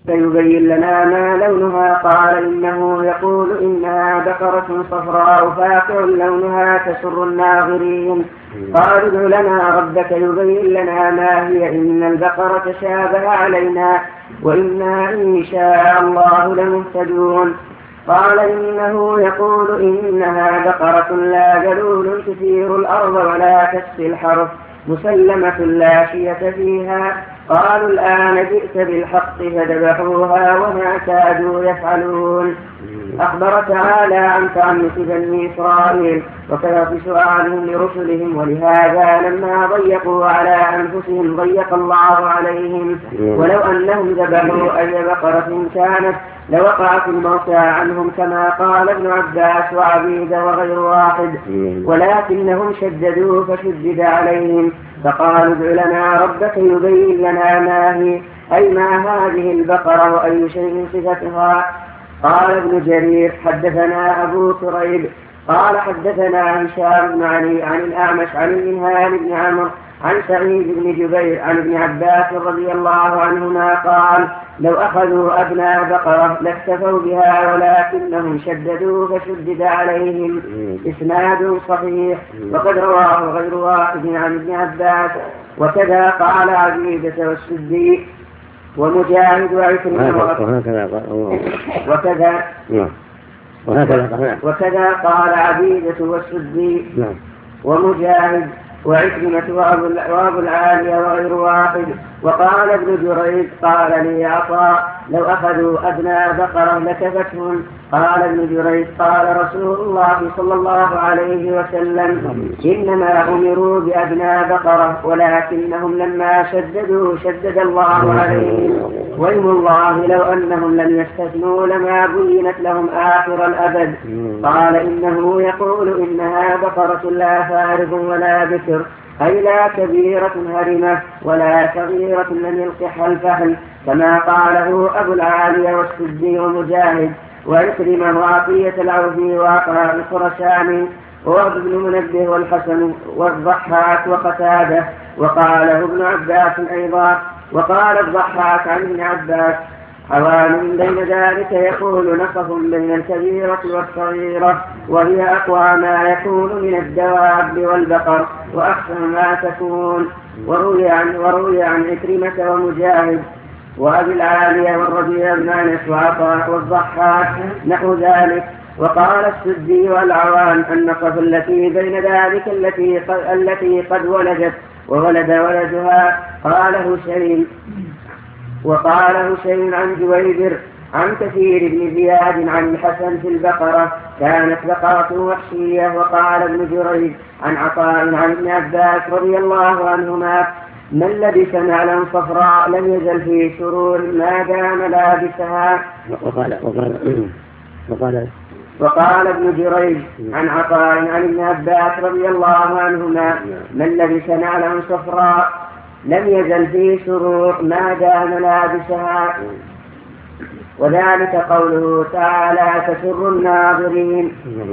فيبين لنا ما لونها. قال إنه يقول إنها بقرة صفراء فاقع لونها تسر الناظرين. قال ادع لنا ربك يبين لنا ما هي إن البقرة شابه علينا وإنا إن شاء الله لمهتدون. قال إنه يقول إنها بقرة لا ذلول تثير الأرض ولا تسقي الحرث مسلمة لا شية فيها. قالوا الآن جئت بالحق فذبحوها وما كادوا يفعلون. أخبر تعالى عن تعنت بني إسرائيل وكثرة سؤالهم لرسلهم ولهذا لما ضيقوا على أنفسهم ضيق الله عليهم. ولو أنهم ذبحوا أي بقرة كانت لوقعت الموتى عنهم كما قال ابن عباس وعبيد وغير واحد ولكنهم شددوا فشدد عليهم فقالوا ادع لنا ربك يبين لنا ما هي أي ما هذه البقرة وأي شيء صفتها. قال ابن جرير حدثنا أبو كريب قال حدثنا هشام بن علي عن الأعمش عن المنهال بن عمرو عن سعيد بن جبير عن ابن عباس رضي الله عنهما قال لو أخذوا أبناء بقرة لاكتفوا بها ولكنهم شددوا فشدد عليهم. إسناد صحيح وقد رواه غير واحد عن ابن عباس. وكذا قال عبيدة والسدي ومجاهد وعكرمة وكذا قال عبيدة والسدي ومجاهد وعكرمة وأبو العالية وغير واحد. وقال ابن جريج قال لي عطاء لو أخذوا أبناء بقرة لكفتهم. قال ابن جريج قال رسول الله صلى الله عليه وسلم إنما أمروا بأبناء بقرة ولكنهم لما شددوا شدد الله عليهم وإن الله لو أنهم لم يستثنوا لما بينت لهم آخر الأبد. قال إنه يقول إنها بقرة لا فارغ ولا بكر أي لا كبيرة هرمة ولا صغيرة لم يلقح الفحل كما قاله أبو العالية والسدي ومجاهد وعكرمة وعطية العوفي وعطاء الخرساني ووهب بن منبه والحسن والضحاك وقتاده. وقاله ابن عباس أيضا. وقال الضحاك عن ابن عباس حوال بين ذلك يقول نصف بين الكبيرة والصغيرة وهي أقوى ما يكون من الدواب والبقر وأحسن ما تكون. وروي عن عكرمة ومجاهد وأبي العالية والربيع بن أنس وعطاء والضحاك نحو ذلك. وقال السدي والعوان النصف التي بين ذلك التي قد ولدت وولد ولدها. قاله شيء وقال هشيم عن جويبر عن كثير بن زياد عن الحسن في البقرة كانت بقرة وحشية. وقال ابن جريج عن عطاء عن ابن عباس رضي الله عنهما من لبس نعلا صفراء لم يزل في سرور ما دام لابسها. وقال ابن جريج عن عطاء عن ابن عباس رضي الله عنهما من لبس نعلا صفراء لم يزل في سرور ما دام لابسها. وذلك قوله تعالى تسر الناظرين.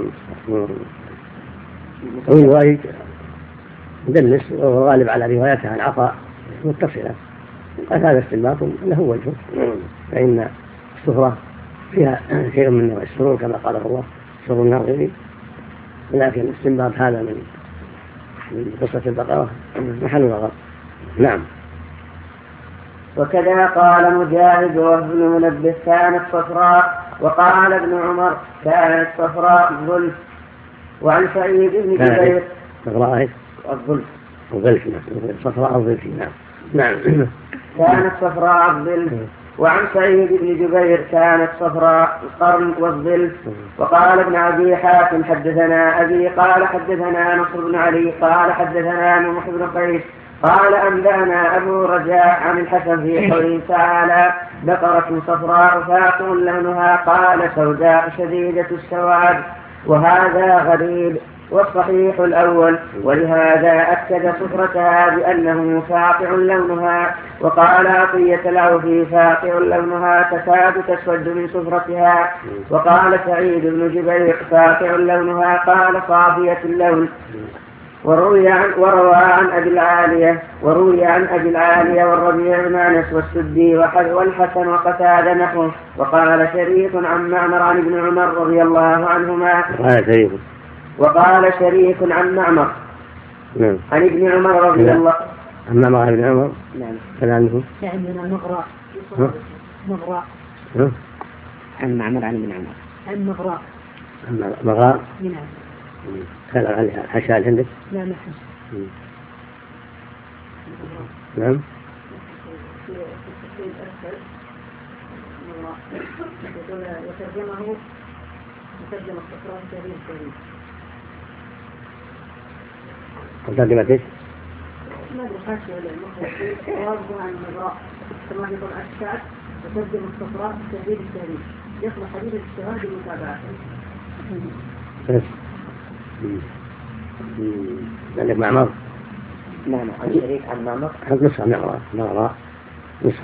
الرواية مدلس وهو غالب على روايته عن عطاء متصلة. هذا استنباط له وجه فإن السفرة فيها شيء من نوع السرور كما قال الله سر الناظرين. لكن استنباط هذا من قصة البقرة محل نظر. نعم. وكذا قال مجاهد وابن منبه كانت صفراء. وقال ابن عمر كانت صفراء الظلف. وعن سعيد بن جبير صفراء الظلف صفراء الظلف. نعم. كانت صفراء الظلف. وعن سعيد بن جبير كانت صفراء القرن والظلف. وقال ابن أبي حاتم حدثنا أبي قال حدثنا نصر بن علي قال حدثنا نوح بن قيس قال أنبأنا أبو رجاء عن الحسن في قوله تعالى بقرة صفراء فاقع لونها قال سوداء شديدة السواد. وهذا غريب والصحيح الأول. ولهذا أكد صفرتها بأنه فاقع لونها. وقال عطية العوفي فاقع لونها تكاد تسود من صفرتها. وقال سعيد بن جبير فاقع لونها قال صافية اللون. وروي عن أبي العالية والربيع بن أنس والسدي والحسن وقتادة نحوه. وقال شريك عن معمر عن ابن عمر رضي الله عنهما وقال شريك عن معمر عن ابن عمر رضي الله عن معمر عن ابن عمر كلامه عندنا مغراء عن معمر عن ابن عمر عن مغراء خلق عليها حشال عندك؟ لا ما نعم. وترجمه مترجم الصفران كريم مترجمة ايش؟ ما ادري حاشية ولا المخرج واضح عن المغراء كما يقول الشعب وترجم الصفران كريم يصلح حديث الشهاد المتابعة. بس عندك معمر؟ نعم عن شريك عن معمر نصف معمر نصف.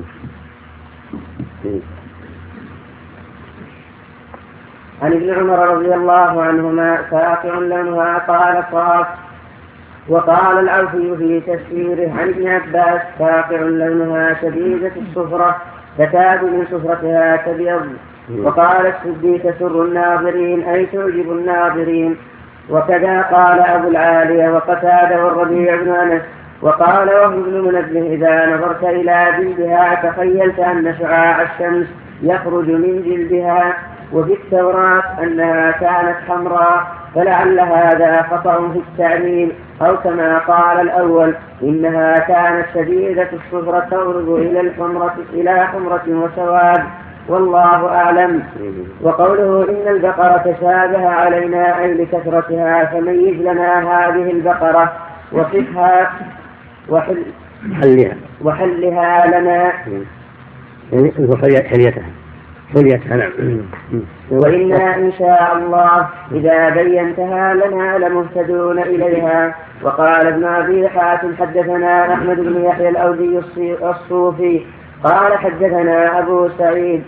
عن ابن عمر رضي الله عنهما فاقع لونها قال صاف. وقال العوفي في تفسيره عن ابن عباس فاقع لونها شديدة الصفرة تكاد من صفرتها تبيض. وقال السدي تسر الناظرين أي تعجب الناظرين. وكذا قال أبو العالية وقتادة والربيع بن أنس. وقال وهو بن منبه إذا نظرت إلى جلدها تخيلت أن شعاع الشمس يخرج من جلدها. وفي التوراة أنها كانت حمراء فلعل هذا خطأ في التعليل أو كما قال الأول إنها كانت شديدة الصفرة تغرب إلى حمرة وسواد والله أعلم. وقوله إن البقرة تشابه علينا أي لكثرتها فميز لنا هذه البقرة وصفها وحلها لنا حليتها نعم. وإنا إن شاء الله إذا بينتها لنا لمهتدون إليها. وقال ابن أبي حاتم حدثنا أحمد بن يحيى الأودي الصوفي قال حدثنا أبو سعيد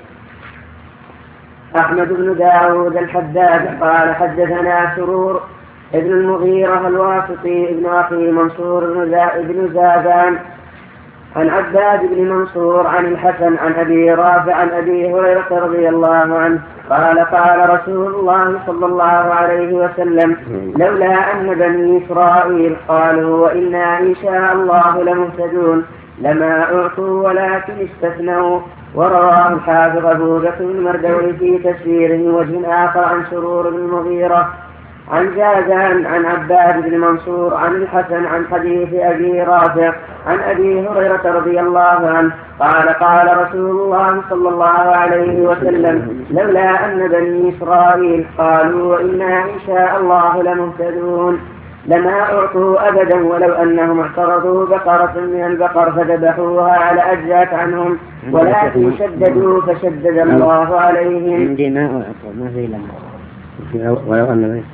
أحمد بن داود الحداد قال حدثنا سرور ابن المغيرة الواسطي ابن أخي منصور بن زادان عن عباد بن منصور عن الحسن عن أبي رافع عن أبي هريرة رضي الله عنه قال قال رسول الله صلى الله عليه وسلم لولا أن بني إسرائيل قالوا وإنا إن شاء الله لمهتدون لما أعطوا ولكن استثنوا. ورواه الحافظ أبو بكر المردوي في تفسيره وجه آخر عن سرور بن المغيرة عن جازان عن عباد بن منصور عن الحسن عن حديث أبي رافع عن أبي هريرة رضي الله عنه قال قال رسول الله صلى الله عليه وسلم لولا أن بني إسرائيل قالوا وإنا إن شاء الله لمهتدون لما أعطوا أبدا ولو أنهم اعترضوا بقرة من البقر فذبحوها على أجزات عنهم ولكن شددوا فشدد الله عليهم. عندي ما أعطوا ما في لهم ولو أن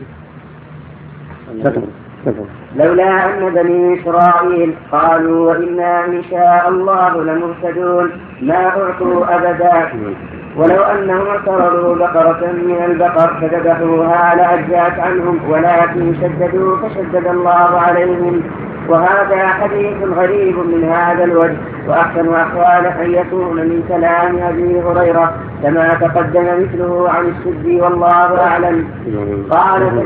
لولا أن بني إسرائيل قالوا وإنا إن شاء الله لمهتدون ما أعطوا أبدا ولو أنهم اعترضوا بقرة من البقر فذبحوها على أجزات عنهم ولكن شددوا فشدد الله عليهم. وهذا حديث غريب من هذا الوجه وأحسن أحوال أن يكون من كلام أبي هريرة كما تقدم مثله عن السدي والله أعلم. قال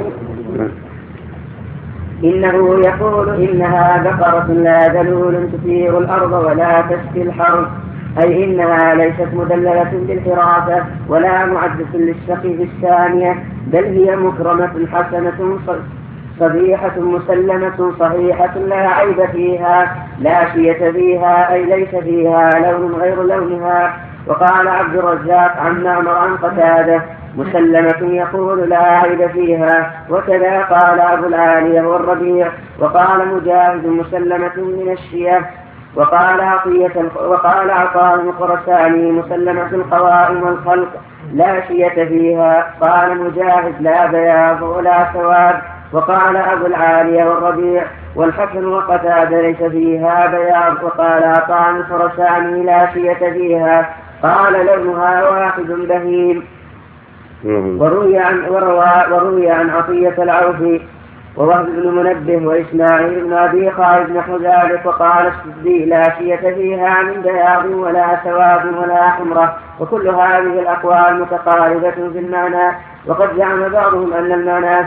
إنه يقول إنها بقرة لا ذلول تثير الأرض ولا تسقي الحرث أي إنها ليست مدللة بالحراسة ولا معدة للسقي في الثانية بل هي مكرمة حسنة صبيحة مسلمة صحيحة لا عيب فيها لا شية فيها أي ليس فيها لون غير لونها. وقال عبد الرزاق عن معمر عن قتادة مسلمة يقول لا عيب فيها. وكذا قال أبو العالية والربيع. وقال مجاهد مسلمة من الشية. وقال عطاء الخرساني مسلمة القوائم والخلق لا شية فيها. قال مجاهد لا بياض ولا سواد. وقال أبو العالية والربيع والحسن وقتادة ليس فيها بياض. وقال عطاء الخرساني لا شية فيها. قال لونها واحد بهيم. وروي عن عطية العوفي ووهب بن منبه وإسماعيل بن أبي خالد نحو ذلك. وقال السدي لا شية فيها من بياض ولا سواد ولا حمرة. وكل هذه الأقوال متقاربة في المعنى. وقد زعم بعضهم أن المعنى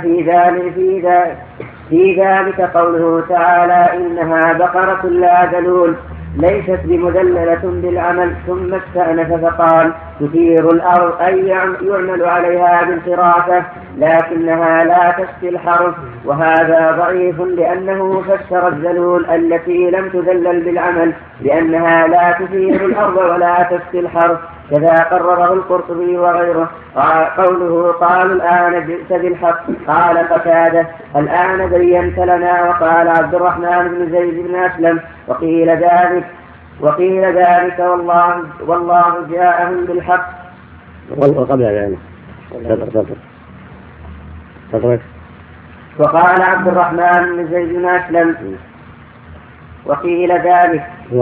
في ذلك قوله تعالى إنها بقرة لا ذلول ليست بمذللة بالعمل. ثم استأنف فقال تثير الأرض أي يعمل عليها بالخرافة لكنها لا تسقي الحرث. وهذا ضعيف لأنه فسر الذلول التي لم تذلل بالعمل بأنها لا تثير الأرض ولا تسقي الحرث. كذا قرره القرطبي وغيره. قوله قالوا الآن جئت بالحق. قال قتادة الآن بينت لنا. وقال عبد الرحمن بن زيد بن أسلم وقيل ذلك والله جاءهم بالحق. وقبل ذلك وقال عبد الرحمن بن زيد بن أسلم وقيل ذلك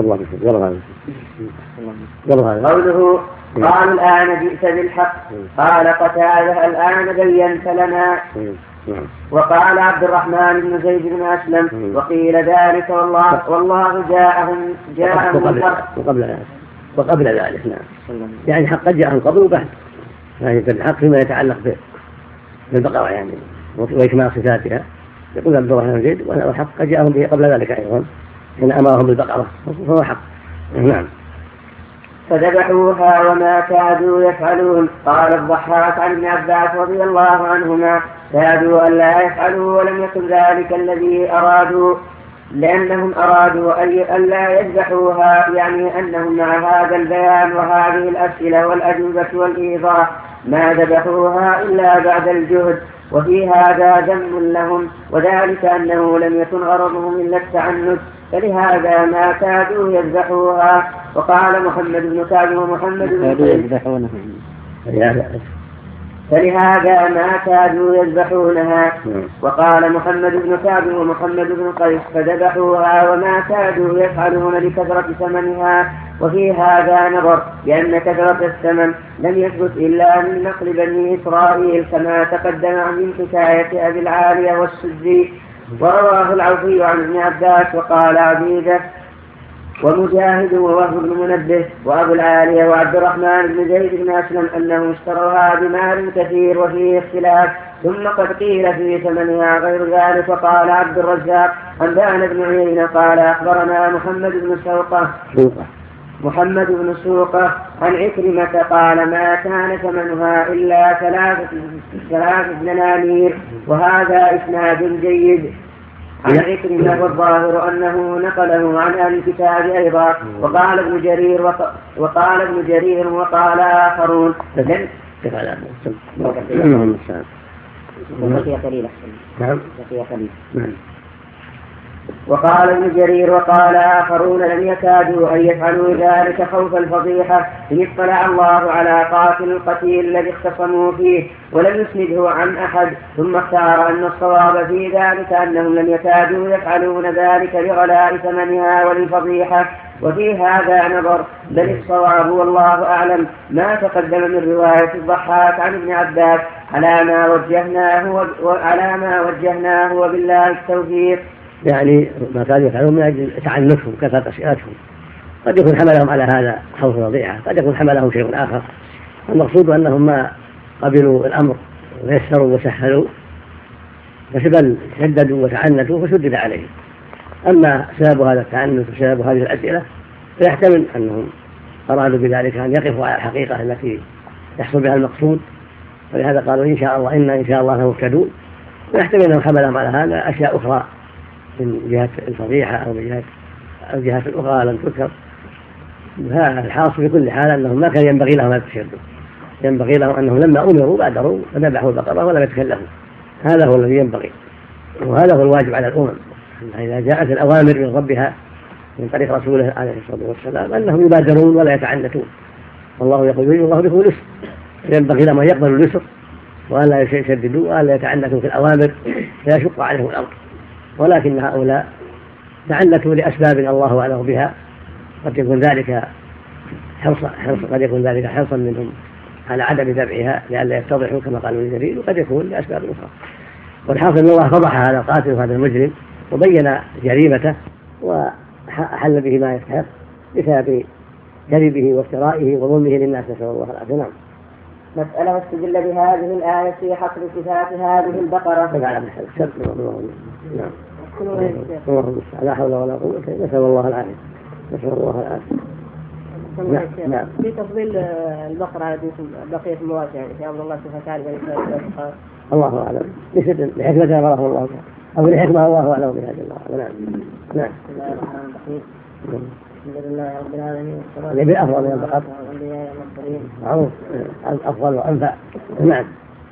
قوله قالوا الآن جئت بالحق. قال قتادة الآن بينت لنا. وقال عبد الرحمن بن زيد بن أسلم وقيل ذلك والله جاءهم بالحق. وقبل ذلك نعم يعني حق قد جاءهم قبل وبعد. يعني الحق فيما يتعلق بالبقرة يعني وإكمال صفاتها. يقول عبد الرحمن بن زيد والحق قد جاءهم به قبل ذلك أيضا حين أمرهم بالبقرة فهو حق. نعم. فذبحوها وما كادوا يفعلون. قال الضحاك عن ابن عباس رضي الله عنهما كادوا أن لا يفعلوا ولم يكن ذلك الذي أرادوا لأنهم أرادوا أن لا يذبحوها يعني أنهم مع هذا البيان وهذه الأسئلة والأجوبة والإيضاح ما ذبحوها إلا بعد الجهد. وفي هذا ذم لهم وذلك أنه لم يكن غرضهم إلا التعنت فلهذا ما كادوا يذبحوها. وقال محمد بن كعب ومحمد بن قيس فلهذا ما كادوا يذبحونها. وقال محمد بن كعب ومحمد بن قيس فذبحوها وما كادوا يفعلون لكثرة ثمنها. وفي هذا نظر لأن كثرة الثمن لم يثبت إلا من نقل بني إسرائيل كما تقدم من حكاية أبي العالية والسدي. ورواه العوفي عن ابن عباس وقال عبيدة ومجاهد ووهب بن منبه وأبو العالية وعبد الرحمن بن زيد بن أسلم أنهم اشتروها بمال كثير وفيه اختلاف. ثم قد قيل في ثمنها غير ذلك. وقال عبد الرزاق أنبأنا بن عيينة قال أخبرنا محمد بن سوقة عن عكرمة قال ما كان ثمنها إلا 3 دنانير. وهذا إسناد جيد عن عكرمة والظاهر أنه نقله عن أهل الكتاب أيضا. وقال ابن جرير وقال آخرون وقال ابن جرير وقال آخرون لم يكادوا أن يفعلوا ذلك خوف الفضيحة إن اطلع الله على قاتل القتيل الذي اختصموا فيه ولم يسنده عن أحد. ثم اختار أن الصواب في ذلك أنهم لم يكادوا يفعلون ذلك لغلاء ثمنها وللفضيحة. وفي هذا نظر بل الصواب والله أعلم ما تقدم من رواية الضحاك عن ابن عباس على ما وجهناه وبالله التوفيق. يعني ما كانوا يفعلون من أجل تعنتهم كثرة أسئلتهم. قد يكون حملهم على هذا خوف الفضيحة قد يكون حملهم شيء آخر. المقصود أنهم ما قبلوا الأمر ويسروا وسهلوا بل شددوا وتعنتوا فشدد عليهم. أما سبب هذا التعنت وسبب هذه الأسئلة فيحتمل أنهم أرادوا بذلك أن يقفوا على الحقيقة التي يحصل بها المقصود. ولهذا قالوا إن شاء الله مهتدون. ويحتمل أنهم حملهم على هذا أشياء أخرى من جهة الفضيحة أو من جهة الجهات الأخرى لم تذكر. هذا الحاصل في كل حال أنهم ما كان ينبغي لهم أن يتشدوا. ينبغي لهم أنهم لما أمروا بادروا فذبحوا البقرة ولم يتكلفوا. هذا هو الذي ينبغي وهذا هو الواجب على الأمم. إذا جاءت الأوامر من ربها من طريق رسوله عليه الصلاة والسلام أنهم يبادرون ولا يتعنتون. والله يقول يريد الله بكم اليسر. ينبغي لهم أن يقبلوا اليسر وأن لا يشددوا وأن لا يتعنتوا في الأوامر فيشق عليهم الأمر. ولكن هؤلاء تعنتوا لأسباب الله أعلم بها. قد يكون ذلك حرصا منهم على عدم ذبحها لئلا يتضحوا كما قالوا الجليل وقد يكون لأسباب أخرى. والحاصل أن الله فضح هذا القاتل وهذا المجرم وبين جريمته وحل به ما يستحق بسبب كذبه وافترائه وظلمه للناس، نسأل الله العافية. نعم. مسألة استدل بهذه الآية في حصر صفات هذه البقرة. نعم. لا حول ولا قوة، نسأل الله العافية. نسأل الله العافية. نعم. في تفضيل البقرة على بقية المواشي يعني في أمر الله سبحانه وتعالى. الله أعلم لحكمة أمره الله أو لحكمة الله أعلم بهذه الله. نعم. الحمد لله رب العالمين والصلاة بالأفضل من البقر معروف الأفضل وأنفع. نعم.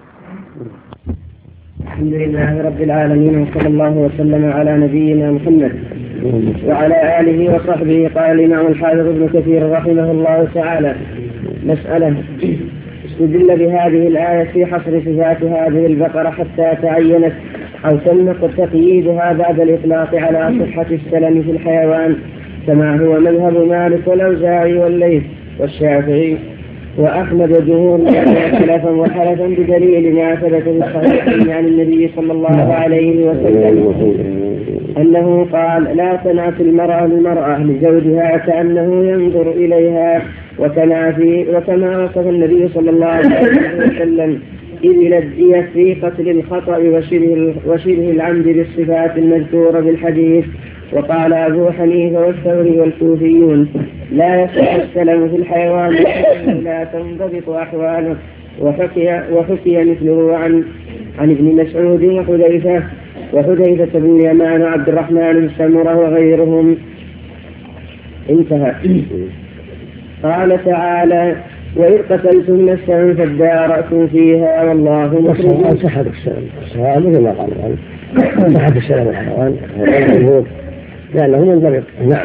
الحمد لله رب العالمين وصلى الله وسلم على نبينا محمد وعلى آله وصحبه. قال الإمام الحافظ ابن كثير رحمه الله تعالى: مسألة استدل بهذه الآية في حصر صفات هذه البقرة حتى تعينت أو تم تقييدها بعد الإطلاق على صحة السلم في الحيوان، كما هو مذهب مالك والأوزاعي والليث والشافعي وأحمد وجمهور خلفا وحلفا بدليل ما ثبت في الصحيح عن النبي صلى الله عليه وسلم أنه قال: لا تنعت المرأة لزوجها كأنه ينظر إليها، وكما وصف النبي صلى الله عليه وسلم إذ لجي في قتل الخطأ وشبه العمد بالصفات المذكورة بالحديث. وقال أبو حنيفة والثوري والكوفيون: لا يصح السلم في الحيوان لا تنضبط أحواله. وحكي مثله عن ابن مسعود وحذيفة بن اليمان وعبد الرحمن بن سمرة وغيرهم. انتهى. قال تعالى: وإذ قتلتم نفسا فادارأتم فيها والله مخرج. صحة السلام مثل ما قالوا صحة السلام الحيوان لأنه منضبط. نعم.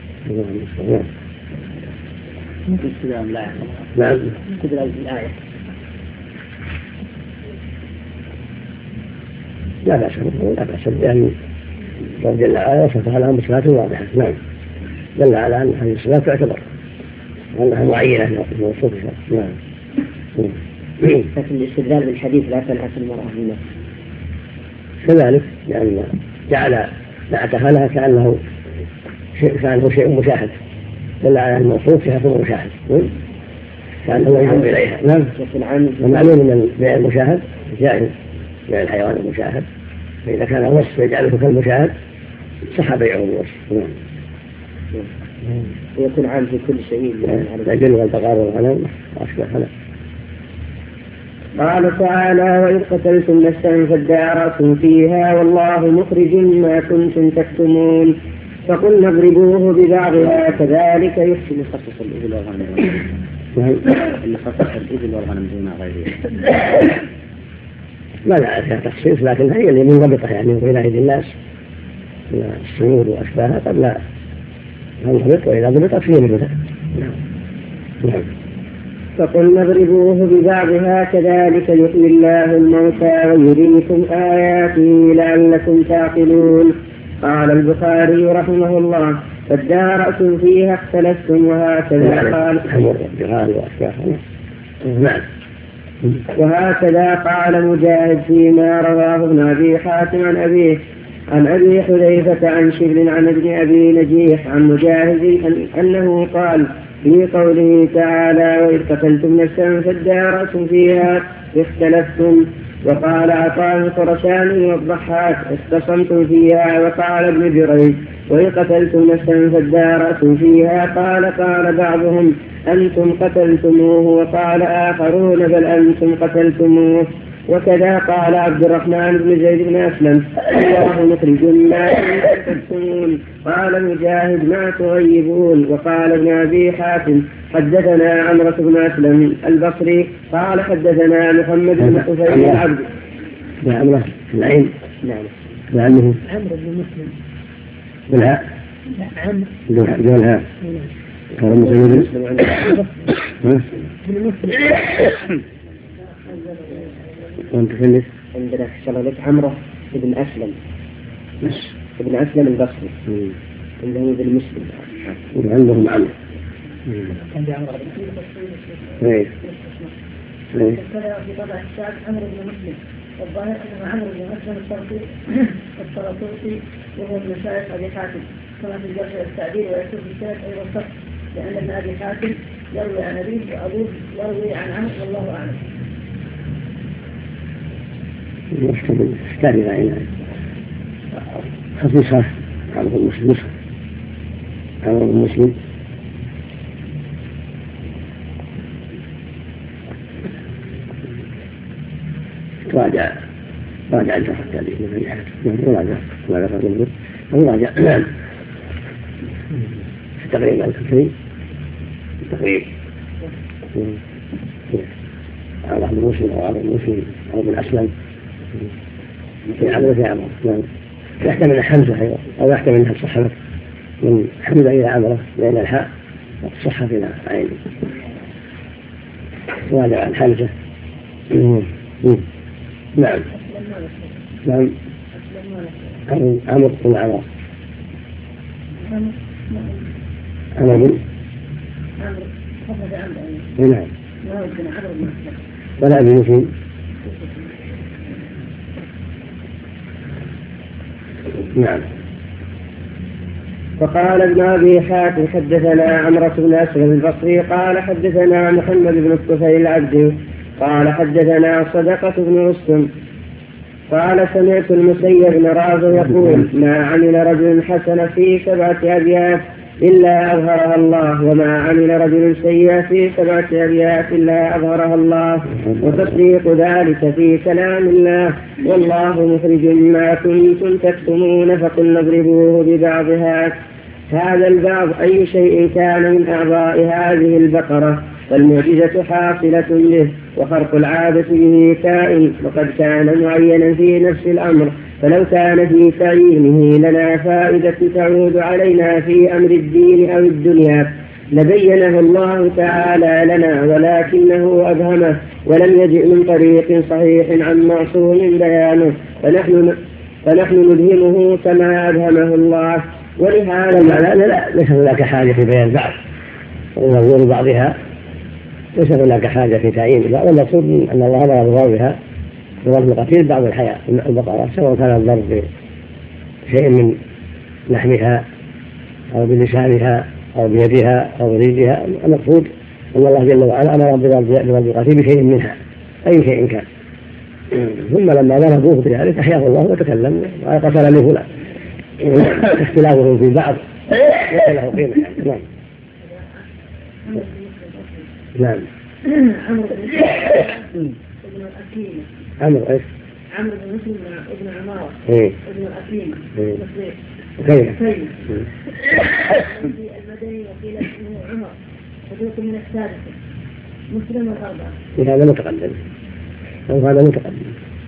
نعم. الآية لا بأس لأن الله جل وعلا وصفها لهم بصفات واضحة. نعم. دل على أن هذه الصفات تعتبر وأنها معينة موصوفة. نعم. لكن الاستدلال بالحديث لا تنعت المرأة بالنفس كذلك، لأن جعل نعتها لها كأنه شيء مشاهد، دل على الموصوف فيها كل مشاهد كأنه ينظر إليها. نعم. ومعلوم أن بيع المشاهد جائز، بيع الحيوان المشاهد، فإذا كان وصف يجعله كالمشاهد صح بيعه الوصف. نعم. يكون عام في كل شيء العجل والبقار والغنم وأشبه. قال تعالى: وإذ قتلتم نفسا فادارأتم فيها والله مخرج ما كنتم تكتمون فقلنا اضربوه ببعضها كذلك يحسن. خصص الإبل والغنم إن خصص الإبل والغنم دون غيره ما لا فيها تخصيص، لكن هي اللي منضبطة يعني إلى أيدي الناس من السنود وأشباهها قد لا تنضبط، وإذا ضبطت فيه نبتة. نعم. فقلنا اضربوه ببعضها كذلك يحيي الله الموتى ويريكم آياته لعلكم تعقلون. قال البخاري رحمه الله: فادارأتم فيها اختلفتم وهكذا قال مجاهد فيما رواه ابن أبي حاتم عن أبي حذيفة عن شبل عن ابن أبي نجيح عن مجاهد أنه قال في قوله تعالى: وإذ قتلتم نفسا فادارأتم فيها اختلفتم. وقال عطاء الخرساني والضحاك: اختصمتم فيها. وقال ابن جريج: وإذ قتلتم نفسا فادارأتم فيها قال بعضهم: أنتم قتلتموه، وقال آخرون: بل أنتم قتلتموه. وكذا قال عبد الرحمن بن زيد بن أسلم: الله مخرج ما تكتمون. قال مجاهد: ما تغيبون. وقال ابن أبي حاتم: حدثنا عمرو بن أسلم البصري قال حدثنا محمد بن حسين العبد. عمرو العين. نعم. عمرو بن مسلم بالهاء. بالهاء. قال مسلم وانت فلس عندنا في شغلك عمرو بن أسلم ابن أسلم البصري عندهم ابن مسلم وعندهم عمرو. عندي عمرو ايه في طبع الشعب عمرو بن مسلم والظاهر أن عمرو بن مسلم الطرطوسي وهو من مشايخ أبي حاتم كما في الجرح والتعديل ويكتب في السند أيضا الصف لأن ابن أبي حاتم يروي عن أبيه وأبوه يروي عن عمرو والله أعلم. يحتاج إلى خصيصة عمرو المسلم راجع الجرح التعديل من أبي حاتم وراجع تقريبا الكثير تقريبا على عبد المسلم أو عبد المسلم أو ابن أسلم في عمرو يحتمل حمزة أيضا أو يحتمل أنها الصحة من حمزة إلى عمرو لأن الحاء الصحة إلى عين راجع عن حمزة. نعم عمرو بن عمرو نعم ولا أبي مسلم. نعم. وقال ابن أبي حاتم حدثنا عمرو بن أسلم البصري قال حدثنا محمد بن الطفيل العبدي قال حدثنا صدقة بن رستم قال سمعت المسيب بن رافع يقول ما عمل رجل حسن في 7 أبيات إلا أظهرها الله وما عمل رجل سيئا في 7 أبيات إلا أظهرها الله وتصديق ذلك في كلام الله والله مخرج ما كنتم تكتمون فقلنا اضربوه ببعضها. هذا البعض أي شيء كان من أعضاء هذه البقرة فالمعجزة حاصلة به وخرق العادة به كائن وقد كان معينا في نفس الأمر فلو كان في تعيينه لنا فائدة تعود علينا في أمر الدين أو الدنيا لبينه الله تعالى لنا ولكنه أبهمه ولم يجئ من طريق صحيح عن معصوم بيانه فنحن نلهمه كما أبهمه الله. ولهذا لا ليس هناك حاجة في بيان بعض ونظور بعضها ليس هناك حاجة في تعيين بعض والمقصود أن الله أمر بضربها بضرب القتيل بعض الحياة البقرة سواء كان الضرب بشيء من لحمها أو بلسانها أو بيدها أو برجلها. المقصود أن الله جل وعلا أمر بضرب القتيل بشيء منها أي شيء كان ثم لما ضربوه بذلك أحياه الله وتكلم وقتل له فلان اختلافهم في بعض ليس له قيمة. نعم. عمرو ايش؟ عمرو بن مسلم ابن عمارة ابن الأكيم كيف؟ المدني وقيل اسمه عمر صدوق من السادسة مسلم والأربعة. هذا متقدم أو هذا متقدم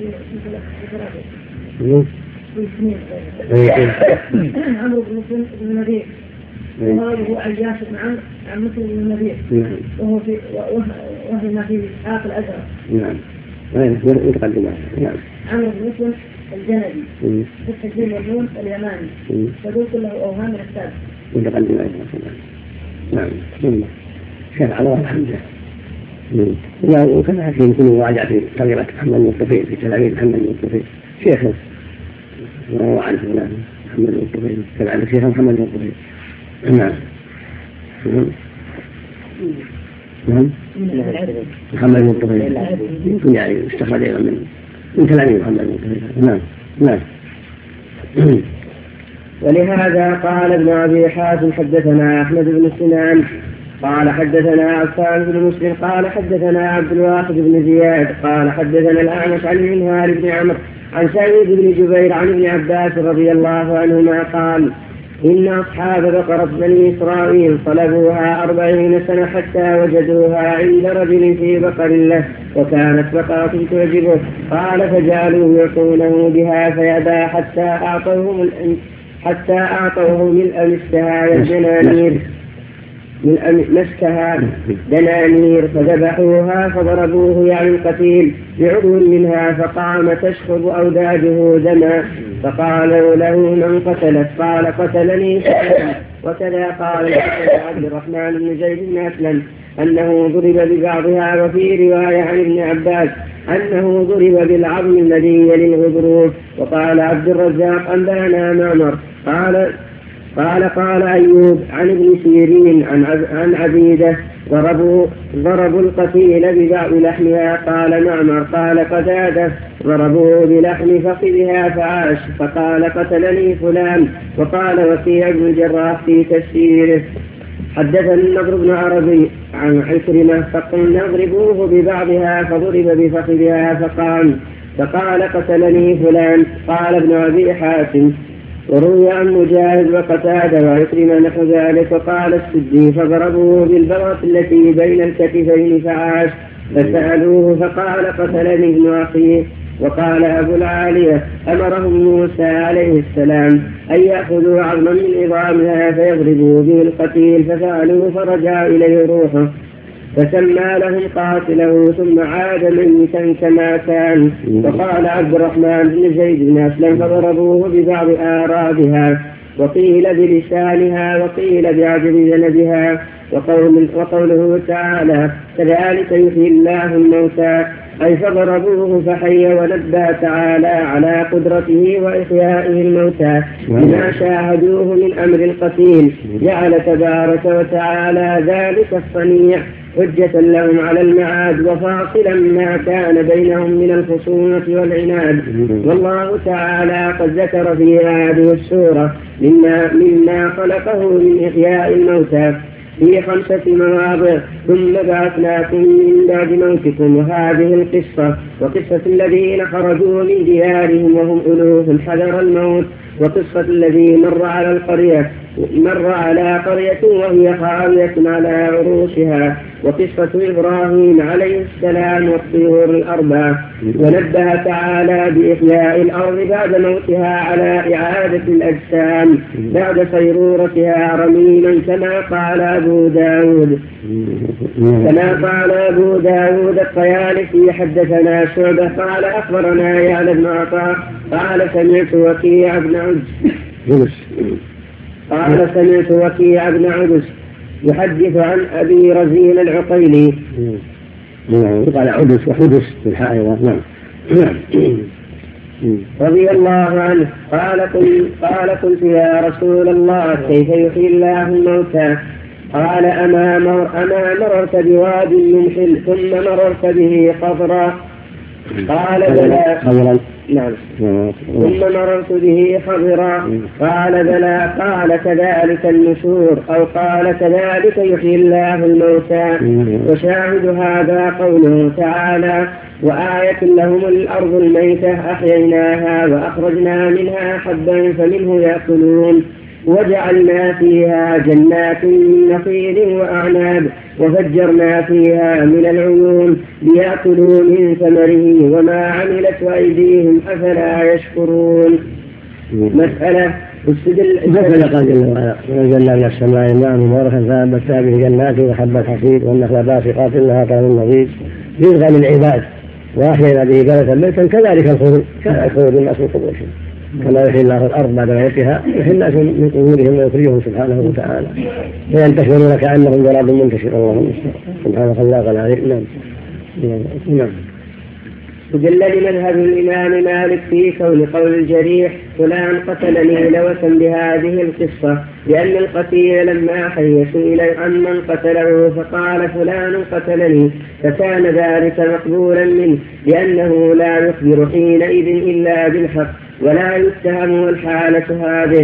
عمرو بن مسلم بن نبيه وهو عياش بن عمرو عن مسلم بن نبيه وهو في إسحاق الأزرق. نعم متقدم. نعم. عمرو بن مسلم الجندي فتح الدين والنون اليماني صدوق له أوهام من السادس متقدم أيضا. نعم ثم شيخ على الحمد لله وكان حكي يمكن مراجعة في طريقة محمد بن الطفيل في تلاميذ محمد بن الطفيل شيخ وهو عنه محمد بن الطفيل تبع الشيخ محمد بن الطفيل. نعم. نعم محمد بن الطفيل يمكن يعني استخرج أيضا من تلاميذ محمد بن الطفيل. نعم. ولهذا قال ابن أبي حاتم حدثنا أحمد بن سنان قال حدثنا عفان بن مسلم قال حدثنا عبد الواحد بن زياد قال حدثنا الأعمش عن المنهار بن عمرو عن سعيد بن جبير عن ابن عباس رضي الله عنهما قال إن أصحاب بقرة بني إسرائيل طلبوها 40 سنة حتى وجدوها عند رجل في بقر له وكانت بقرة تعجبه قال فجعلوا يعطونه بها فيأبى حتى أعطوه ملء مسكها دنانير فذبحوها فضربوه يعني القتيل بعضو منها فقام تشخب أوداجه دما فقالوا له من قتلت قال قتلني وكذا قال عبد الرحمن بن زيد بن أسلم أنه ضرب ببعضها، وفي رواية عن ابن عباس أنه ضرب بالعظم الذي يلي الغضروف. وقال عبد الرزاق أنبأنا معمر قال أيوب عن ابن سيرين عن عبيدة ضربوا القتيل ببعض لحمها. قال معمر قال قتادة ضربوه بلحم فخذها فعاش، فقال قتلني فلان. وقال وكيع بن الجراح في تفسيره حدثني النضر بن عربي عن عكرمة فقلنا اضربوه ببعضها، فضرب بفخذها فقال قتلني فلان. قال ابن أبي حاتم وروي عن مجاهد وقتادة وعكرمة نحو ذلك. وقال السدي فضربوه بالبغة التي بين الكتفين فعاش، فسألوه فقال قتلني ابن أخيه. وقال أبو العالية أمرهم موسى عليه السلام أن يأخذوا عظما من عظامها فيضربوا به القتيل، ففعلوا فرجع إليه روحه، فسمى لهم قاتله ثم عاد ميتا كما كان. وقال عبد الرحمن بن زيد بن أسلم فضربوه ببعض آرابها، وقيل بلسانها وقيل بعجب ذنبها. وقوله تعالى كذلك يحيي الله الموتى، أي فضربوه فحي. ونبه تعالى على قدرته وإحيائه الموتى بما شاهدوه من أمر القتيل، جعل تبارك وتعالى ذلك الصنيع حجة لهم على المعاد وفاصلا ما كان بينهم من الخصومة والعناد. والله تعالى قد ذكر في هذه السورة مما خلقه من إحياء الموتى في 5 مواضع. ثم بعثناكم من بعد موتكم. وهذه القصة وقصة الذين خرجوا من ديارهم وهم ألوف حذر الموت، وقصة الذي مر على قرية وهي خاوية على عروشها، وقصة إبراهيم عليه السلام والطيور الأربع. ونبه تعالى بإحياء الأرض بعد موتها على إعادة الأجسام بعد صيرورتها رميما كما قال أبو داود الطيالسي حدثنا شعبة قال أخبرنا يعلى بن عطاء قال سمعت وكيع بن عدس يحدث عن أبي رزين العقيلي قال عدس وحدث في الحائرة. رضي الله عنه قال قلت يا رسول الله كيف يحيي الله الموتى؟ قال أما مررت بواد من حل ثم مررت به خضرا؟ قال بلى. نعم. ثم مررت به خضرا؟ قال بلى. قال كذلك النشور أو قال كذلك يحيي الله الموتى. وشاهد هذا قوله تعالى وآية لهم الأرض الميتة أحييناها وأخرجنا منها حبا فمنه يأكلون وجعلنا فيها جنات من نخيل وأعناب وفجرنا فيها من العيون ليأكلوا من ثمره وما عملت أيديهم أفلا يشكرون. مسألة قال جل وعلا ونزلنا من السماء ماء مباركا فأنبتنا به جنات وحب الحصيد والنخل باسقات لها طلع نضيد رزقا للعباد وأحيينا به بلدا ميتا كذلك الخروج الناس من قبورهم كما يحيي الله الأرض بعد موتها يحيي الناس من قبورهم ويخرجهم سبحانه وتعالى فينتشرون كأنهم جراد منتشر. اللهم سبحانك الله العظيم. نعم. استدل لمذهب الإمام مالك في كون قول الجريح فلان قتلني لوثا بهذه القصة لأن القتيل لما حي سئل عن من قتله فقال فلان قتلني فكان ذلك مقبولا منه لأنه لا يخبر حينئذ إلا بالحق ولا يتهم الحالة هذه.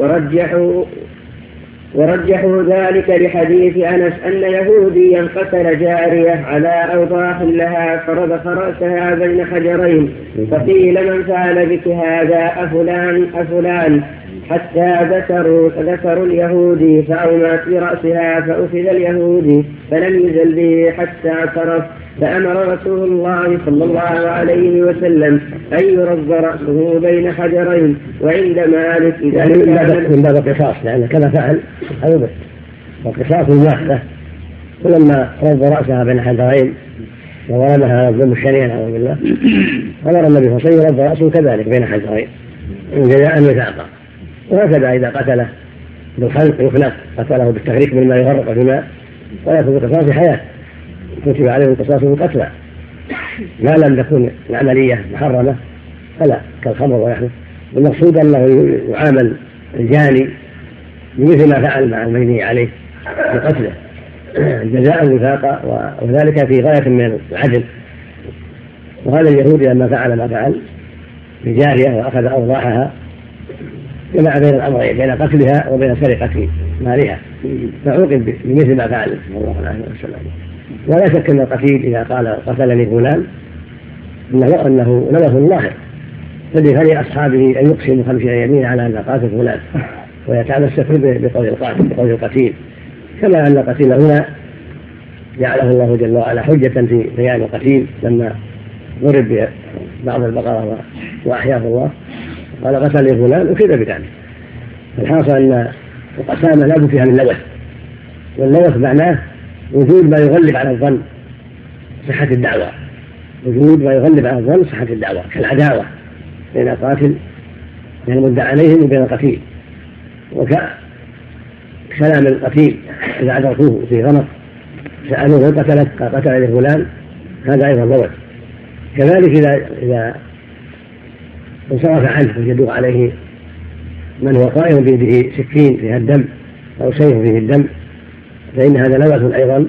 ورجحوا ذلك لحديث أنس أن يهوديا قتل جارية على أوضاح لها فرضخ رأسها بين حجرين فقيل من فعل بك هذا أفلان حتى ذكروا اليهودي فأومت برأسها فأخذ اليهودي فلم يزل به حتى اعترف فأمر رسول الله صلى الله عليه وسلم أن يرد رأسه بين حجرين. وعند مالك يعني من باب القصاص لأن كما فعل أيضا والقصاص الماحدة ولما رد رأسها بين حجرين وظلمها الظلم الشنيع نعوذ بالله أمر النبي صلى الله عليه وسلم يرد رأسه كذلك بين حجرين جزاء وثاقا. وهكذا إذا قتله بالخلق يخلق قتله بالتغريق بالماء يغرق في الماء ويأخذ القصاص حياة، كتب عليه القصاص بالقتلى ما لم تكن العملية محرمة فلا كالخمر ونحوه. المقصود أنه يعامل الجاني بمثل ما فعل مع المجني عليه بقتله جزاء وفاقا، وذلك في غاية من العدل. وهذا اليهودي لما فعل ما فعل بجارية وأخذ أوضاحها جمع بين الأمرين، بين قتلها وبين سرقة مالها، فعوقب بمثل ما فعل صلى الله عليه وسلم. ولا شك أن القتيل إذا قال قتلني فلان أنه لمس الله، فلي أصحابه أن يقسموا 50 يمين على أن قاتل فلان ويتمسك بقول القتيل، كما أن القتيل هنا جعله الله جل وعلا حجة في بيان القتيل لما ضرب بعض البقرة وأحياه الله قال قتل فلان وكذا بذلك. الحاصل أن القسامة لا بد فيها من لوث، واللوث معناه وجود ما يغلب على الظن صحة الدعوة، وجود ما يغلب على الظن صحة الدعوة كالعداوة بين القاتل يعني المدعى عليهم وبين القتيل، وكلام القتيل إذا أدركوه في غلط سألوه قتلت قتل لفلان هذا أيضا لوث. كذلك إذا انصرف عنه وجدوا عليه من هو قائم بيده سكين فيها الدم أو سيف فيه الدم فإن هذا لوث أيضا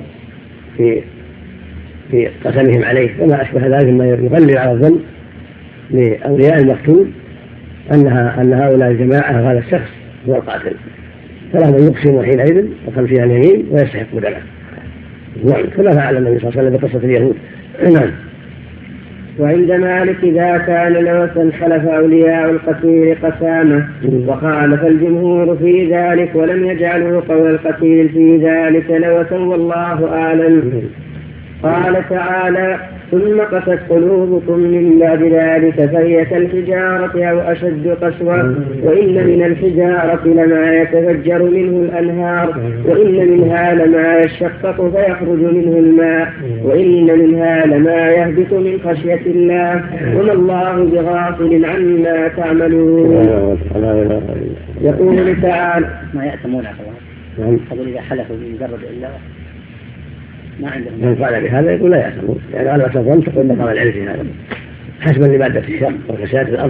في قسمهم عليه، وما أشبه ذلك مما يغلب على الظن لأولياء المقتول أن هؤلاء الجماعة هذا الشخص هو القاتل، فلهم يقسموا حينئذ و50 يمين ويستحقوا دمه، كما فعل النبي صلى الله عليه وسلم بقصة اليهود. نعم. وعند مالك إذا كان لوثا خلف أولياء القتيل قسامة، وخالف الجمهور في ذلك ولم يجعلوا قول القتيل في ذلك لوثا والله أعلم. قال تعالى: ثم قست قلوبكم من بعد ذلك فهي كالحجارة أو أشد قسوة، وإن من الحجارة لما يتفجر منه الأنهار، وإن منها لما يشقق فيخرج منه الماء، وإن منها لما يهبط من خشية الله، وما الله بغافل عما تعملون. يقول تعالى: ما يأتمون على الله، أقول إذا حلفوا بمجرد إلا ما عندهم من فعل بهذا يقول لا يأثمون، يعني على الظن تقول مقام العلم في هذا حسبا لمادة الشر وفساد الأرض.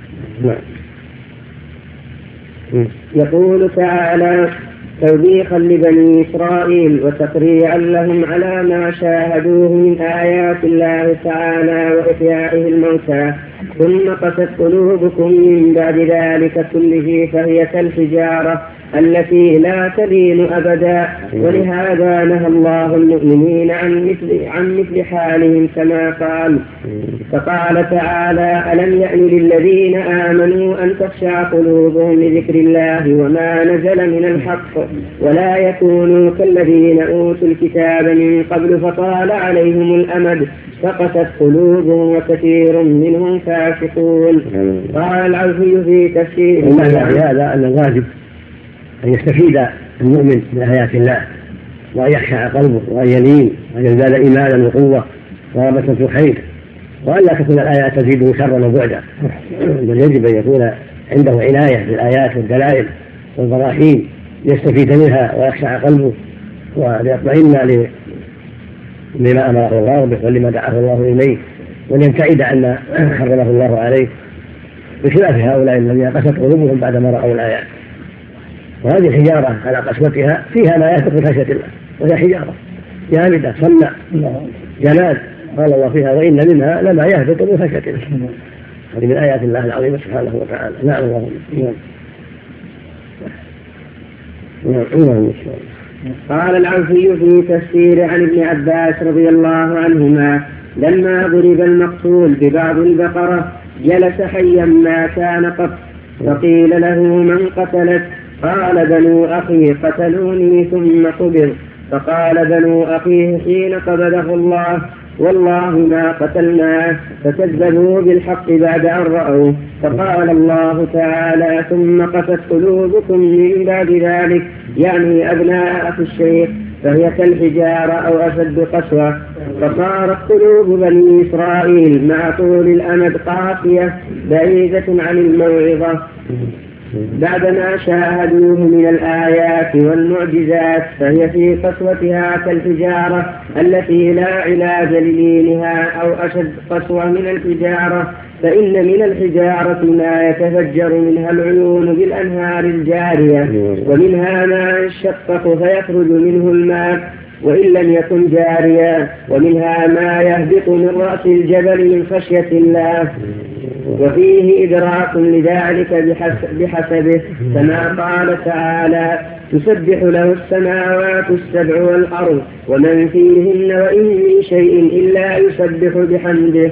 يقول تعالى: توبيخا لبني إسرائيل وتقريعا لهم على ما شاهدوه من آيات الله تعالى وإحيائه الموتى. ثم قست قلوبكم من بعد ذلك كله فهي كالحجارة التي لا تلين أبدا، ولهذا نهى الله المؤمنين عن مثل حالهم كما قال. فقال تعالى: ألم يأن للذين آمنوا أن تخشع قلوبهم لذكر الله وما نزل من الحق، ولا يكونوا كالذين أوتوا الكتاب من قبل فطال عليهم الأمد فقست قلوبهم وكثير منهم فاسقون. قال العوفي في تفسير هذا أن الواجب أن يستفيد المؤمن من آيات الله وأن يخشع قلبه وأن يلين وأن يزداد إيمانا وقوة ورغبة في الخير، وأن لا تكون الآيات تزيده شرا وبعدا، بل يجب أن يكون عنده عناية بالآيات والدلائل والبراهين ليستفيد منها ويخشع قلبه وليطمئن لما أمره الله به ولما دعاه الله إليه، وليبتعد عن حرمه الله عليه، بخلاف هؤلاء الذين قست قلوبهم بعدما رأوا الآيات. وهذه الحجارة على قسوتها فيها ما يهبط من خشية الله، وهي حجارة جامدة صماء جماد، قال الله فيها: وإن منها لما يهبط من خشية الله. هذه من آيات الله العظيمة سبحانه وتعالى. نعم. الله. قال العوفي في تفسير عن ابن عباس رضي الله عنهما: لما ضرب المقتول ببعض البقرة جلس حيا ما كان قط، فقيل له: من قتلت؟ قال: بنو أخي قتلوني ثم قبض. فقال بنو أخيه حين قبضه الله: والله ما قتلناه، فكذبوا بالحق بعد أن رأوه. فقال الله تعالى: ثم قست قلوبكم من بعد ذلك، يعني أبناء أخي الشيخ، فهي كالحجارة أو أشد قسوة. فصارت قلوب بني إسرائيل مع طول الأمد قاسية بعيدة عن الموعظة. بعدما شاهدوه من الآيات والمعجزات، فهي في قسوتها كالحجارة التي لا علاج للينها أو أشد قسوة من الحجارة، فإن من الحجارة ما يتفجر منها العيون بالأنهار الجارية، ومنها ما يشقق فيخرج منه الماء وإن لم يكن جاريا، ومنها ما يهبط من رأس الجبل من خشية الله. وفيه إدراك لذلك بحسبه، كما قال تعالى: تسبح له السماوات السبع والأرض ومن فيهن وإن من شيء إلا يسبح بحمده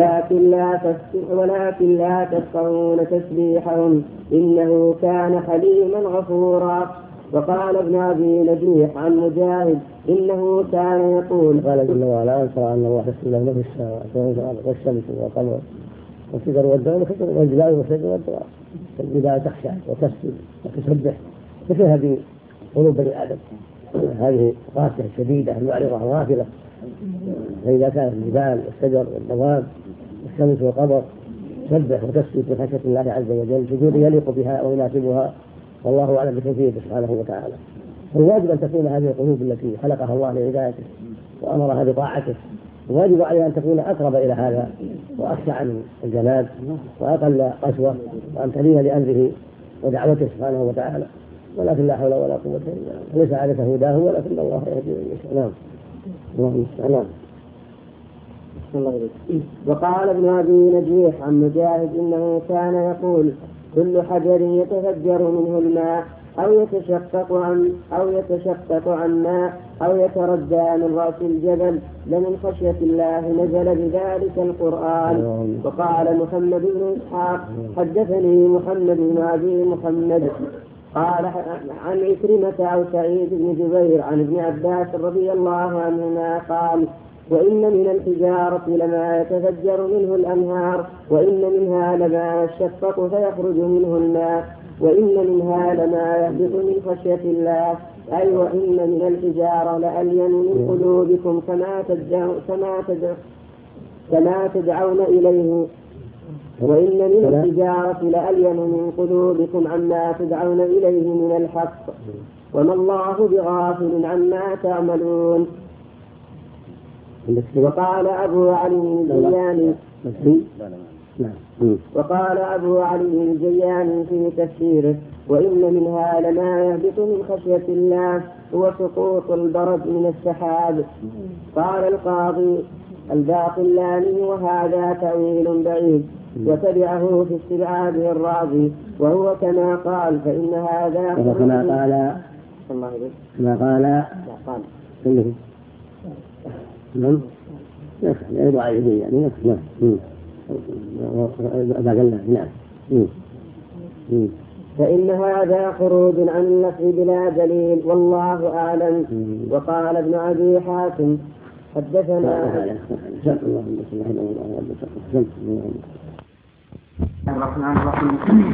ولكن لا تفقهون تسبيحهم إنه كان حليما غفورا. وقال ابن أبي نجيح عن مجاهد إنه كان يقول: قال جل وعلا: أنصر أن الله يسلم له في السماوات والشمس والقمر والشجر والدوام والجبال والشجر والدوام. الجبال تخشع وتسجد وتسبح، مثل هذه قلوب بني آدم، هذه قاسية شديدة معرضة غافلة. فإذا كانت الجبال والشجر والدوام والشمس والقمر تسبح وتسجد بخشية الله عز وجل سجود يليق بها ويناسبها، والله أعلم بكيفيته سبحانه وتعالى. فالواجب أن تكون هذه القلوب التي خلقها الله لعبادته وأمرها بطاعته، الواجب عليها أن تكون أقرب إلى هذا وأخشع عن الجناب وأقل قسوة، وأن تلين لأمره ودعوته سبحانه وتعالى. ولكن لا حول ولا قوة إلا بالله، ليس عليك هداه ولكن الله يهدي من يشاء. نعم. وقال ابن أبي نجيح عن مجاهد إنه كان يقول: كل حجر يتفجر منه الماء أو يتشقق عن ماء أو يتردى من رأس الجبل لمن خشية الله نزل بذلك القرآن. وقال محمد بن إسحاق: حدثني محمد بن أبي محمد قال عن عكرمة أو سعيد بن جبير عن ابن عباس رضي الله عنهما قال: وإن من الحجارة لما يتفجر منه الأنهار وإن منها لما يشقق فيخرج منه الماء وإن منها لما يهبط من خشية الله، أي وإن من الحجارة لألين من قلوبكم كما تدعون إليه، وإن من الحجارة لألين من قلوبكم عما تدعون إليه من الحق وما الله بغافل عما تعملون. وقال أبو علي الجياني في تفسيره: وإن منها لما يهبط من خشية الله هو سقوط البرد من السحاب. قال القاضي الباقلاني: وهذا تأويل بعيد، وتبعه في استبعاده الرازي، وهو كما قال، فإن هذا كما قال نعم يضع يديه يعني فإن هذا خروج عن النفي بلا دليل والله أعلم. وقال ابن أبي حاتم: حدثنا الرحمن الرحيم.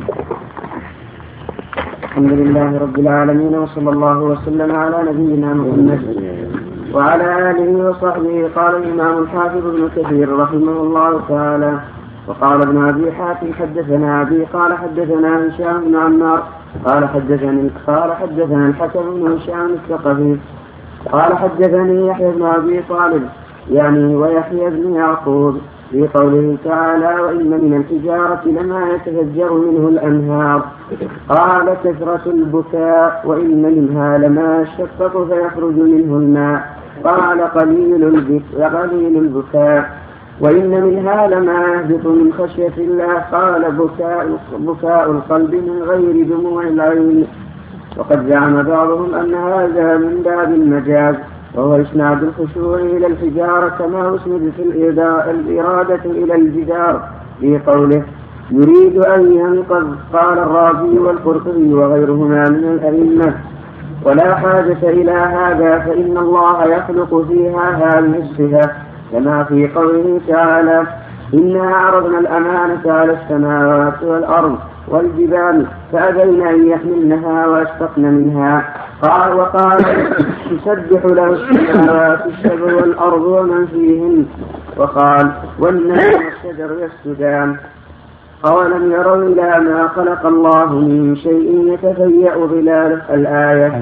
الحمد لله رب العالمين، وصلى الله وسلم على نبينا محمد وعلى آله وصحبه. قال الإمام الحافظ ابن كثير رحمه الله تعالى: وقال ابن أبي حاتم: حدثنا أبي قال حدثنا هشام بن عمار قال حدثنا الحسن بن هشام الثقفي قال حدثني يحيى بن أبي طالب يعني ويحيى بن يعقوب في قوله تعالى: وإن من الحجارة لما يتفجر منه الأنهار. قال: كثرة البكاء، وإن منها لما يشقق فيخرج منه الماء. قال: قليل البكاء، وإن منها لما يهبط من خشية الله. قال: بكاء القلب من غير دموع العين. وقد زعم بعضهم أن هذا من باب المجاز، وهو إسناد الخشوع إلى الحجارة كما أسند في الإرادة إلى الجدار في قوله: يريد أن ينقذ. قال الرازي والقرطبي وغيرهما من الأئمة: ولا حاجة إلى هذا، فإن الله يخلق فيها هذه الصفة، كما في قوله تعالى: إنا عرضنا الأمانة على السماوات والأرض والجبال فأبين أن يحملنها وأشفقن منها. وقال: تسبح له السماوات السبع والأرض ومن فيهن. وقال: والنجم والشجر يسجدان. أولم يروا إلى ما خلق الله من شيء يتفيأ ظلاله الآية.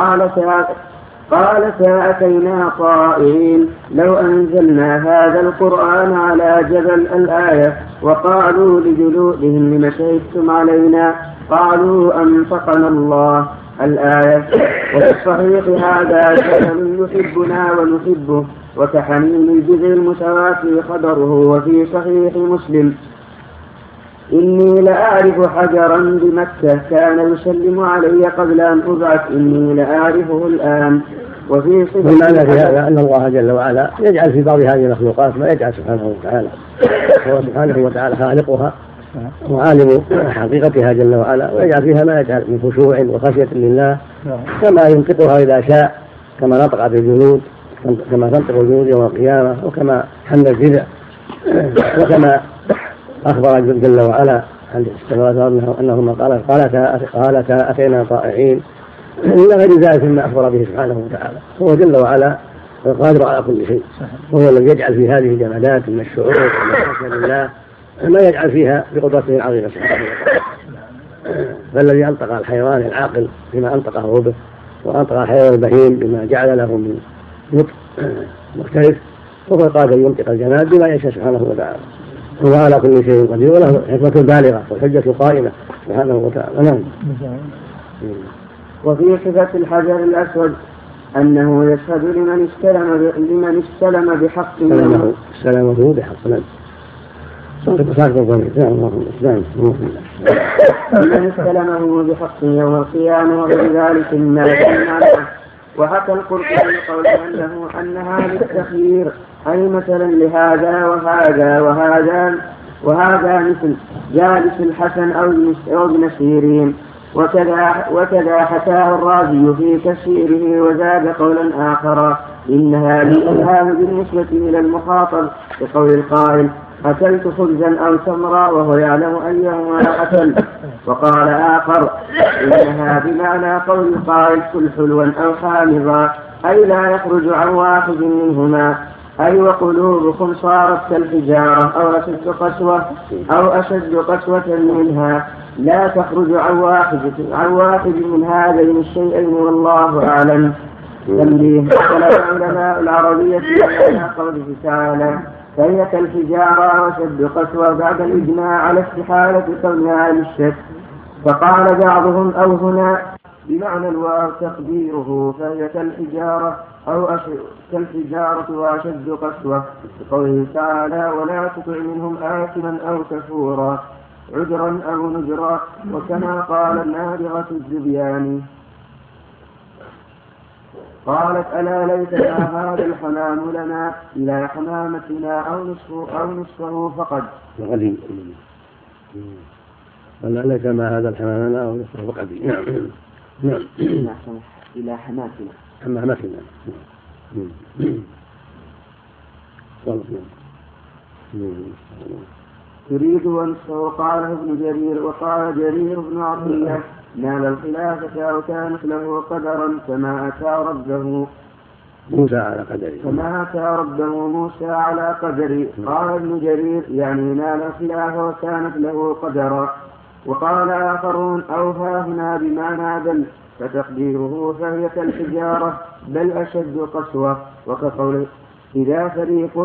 قال سأتينا طائعين لو أنزلنا هذا القرآن على جبل الآية. وقالوا لجلودهم لم شهدتم علينا قالوا أنطقنا الله الآية. وفي الصحيح هذا شأن يحبنا ونحبه وكحنين الجذع المتواتر خبره. وفي صحيح مسلم إني لأعرف حجرا بمكة كان يسلم علي قبل أن أبعث إني لأعرفه الآن. وفي المعنى في هذا أن الله جل وعلا يجعل في بعض هذه المخلوقات ما يجعل سبحانه وتعالى. هو سبحانه وتعالى خالقها وعالم حقيقتها جل وعلا، ويجعل فيها ما يجعل من خشوع وخشية لله كما ينطقها إذا شاء، كما نطق بالجنود كما تنطق الجنود يوم القيامة، وكما حمل الجذع، وكما أخبر جل وعلا عن السماوات أنهما قالتا أتينا طائعين إلى غير ذلك مما أخبر به سبحانه وتعالى. هو جل وعلا القادر على كل شيء، وهو الذي يجعل في هذه الجمادات من الشعور والخشية لله ما يجعل فيها بقدرته العظيمة سبحانه وتعالى. فالذي أنطق الحيوان العاقل بما أنطقه به، وأنطق الحيوان البهيم بما جعل له من نطق مختلف، وهو قادر ينطق الجماد بما يشاء سبحانه وتعالى. هو على كل شيء قدير وله حكمة بالغة والحجة قائمة سبحانه وتعالى. نعم. وفي صفة الحجر الأسود أنه يشهد لمن استلم بحق استلمه بحق. لمن استلمه بحق يوم القيامة وغير ذلك مما يتم. وحكى القرطبي قوله أنها للتخيير، أي مثلا لهذا وهذا مثل جالس الحسن أو ابن سيرين. وكذا حكاه الرازي في تفسيره وزاد قولا آخر إنها للإلهام بالنسبة إلى المخاطب بقول القائل أكلت خبزا أو تمرا وهو يعلم أيهما أكل. وقال آخر إنها بمعنى قول القائل كل حلوا أو حامضا، أي لا يخرج عن واحد منهما، أي وقلوبكم صارت كالحجارة أو أشد قسوة منها، لا تخرج عن واحد من هذين الشيئين والله أعلم. تنبيه: اختلف علماء العربية على قوله تعالى فهي كالحجارة وشد قسوة بعد الإجماع على استحالة كونها للشك. فقال بعضهم أو هنا بمعنى الواو تقديره فهي كالحجارة وأشد قسوة، بقوله تعالى ولا تطع منهم آثما أو كفورا عذرا أو نجرا، وكما قال النابغة الزبياني قالت ألا ليتنا هذا الحمام لنا إلى حمامتنا أو نصفه فقد. ألا ليس ما هذا الحمام لنا أو نصفه فقد. نعم. إلى حمامتنا. تريد ونصفه. قاله ابن جرير. وقال جرير بن عطية نال الخلافة أو كانت له قدرا كما أتى ربه موسى على قدره. قال ابن جرير يعني نال الخلافة وكانت له قدرا. وقال آخرون أوفى هنا بمعنى بل، فتقديره فهي كالحجارة بل أشد قسوة، وكقوله إذا فريق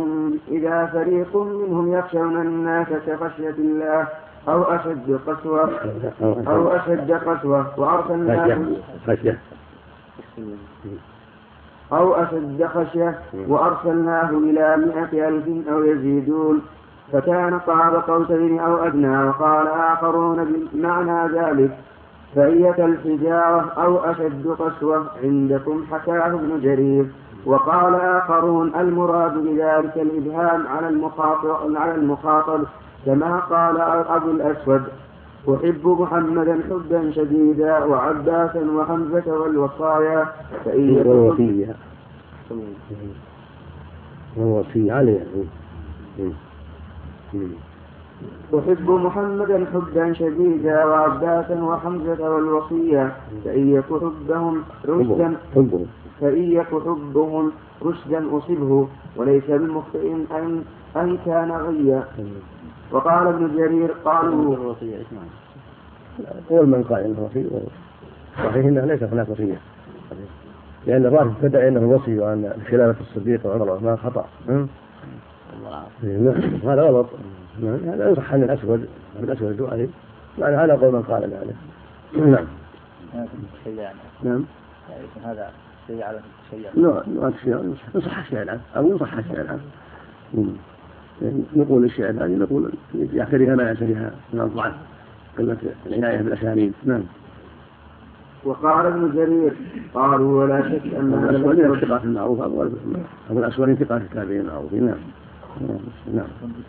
منهم يخشون الناس كخشية الله أو أشد قسوة وأرسلناه إلى 100,000 أو يزيدون فكان قاب قوسين أو أدنى. وقال آخرون بمعنى ذلك فهي كالحجارة أو أشد قسوة عندكم، حكاه ابن جرير. وقال آخرون المراد بذلك الإبهام على المخاطب كما قال أبو الأسود أحب محمدا حبا شديدا وعباسا وحمزة والوصايا أحب محمدا حبا شديدا وعباسا وحمزة والوصية فإن يك حبهم رشدا أصبه وليس بالمخطئ أن كان غيا. وقال ابن جرير قالوا قول من قال انه وصي صحيح انه ليس هناك وصيه، لان الرافض ابتدع انه وصي وان خلافه الصديق وعمر وعثمان خطا. هذا غلط. هذا يصح عن الاسود الدؤلي، يعني هذا قول من قال ذلك. نعم. نعم. هذا شيء على التشيع. لا يصح الشيء الآن أو يصح الشيء الآن. نقول الشيء الآن نقول يعتريها ما يعتريها من الضعف قلة العناية بالأسانيد. نعم. وقال ابن جرير قالوا ولا شك أن الأسودين ثقات المعروفة أو الأسودين ثقات التابعين المعروفين. نعم. نعم.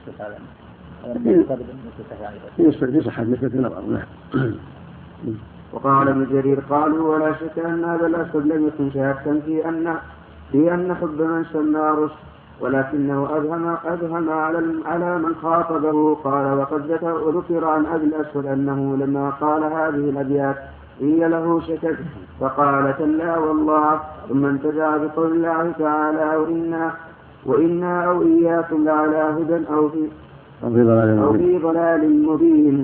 في صحة نسبة النظر. نعم. وقال ابن جرير قالوا ولا شك أن هذا الأسود لم يكن شاكا في أن حب من سمى رشد، ولكنه أبهم على من خاطبه. قال وقد ذكر عن أبي الأسود أنه لما قال هذه الأبيات هي له شكك فقال كلا والله، ثم انتزع بقول الله تعالى وإنا أو إياكم لعلى هدى أو في ضلال مبين.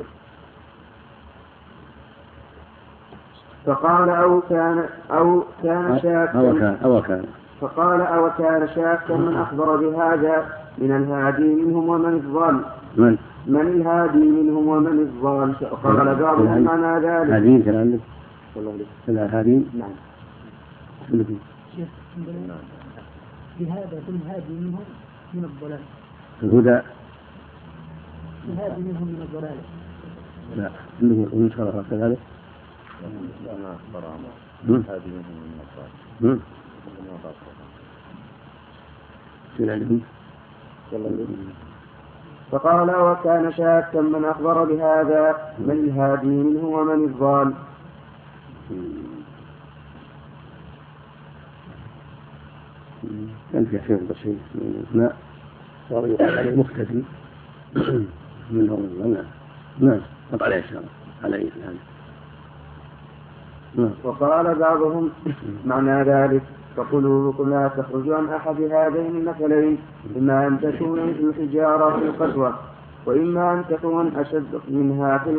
فقال أو كان شاكا فقال أو كان شاكا من أخبر بهذا من الهادي منهم ومن الضال. من الهادي منهم ومن الضال؟ قال بعضهم معنى ذلك هادين كان عندك الهادين. نعم. بهذا كل هادي منهم من الضلال. الهدى الهادي منهم من الضلال. لا عندهم نسخة كذلك. فقال وكان شاكا من أخبر بهذا من الهادي منه ومن الضال. كان في شيء بسيط من الماء صار يقال عليه مختفي منه الظلام. نعم. قطع عليه الشرع عليه الآن. وقال بعضهم معنى ذلك فقلوبكم لا تخرج عن أحد هذين المثلين، إما أن تكون مثل الحجارة في القسوة وإما أن تكون أشد منها في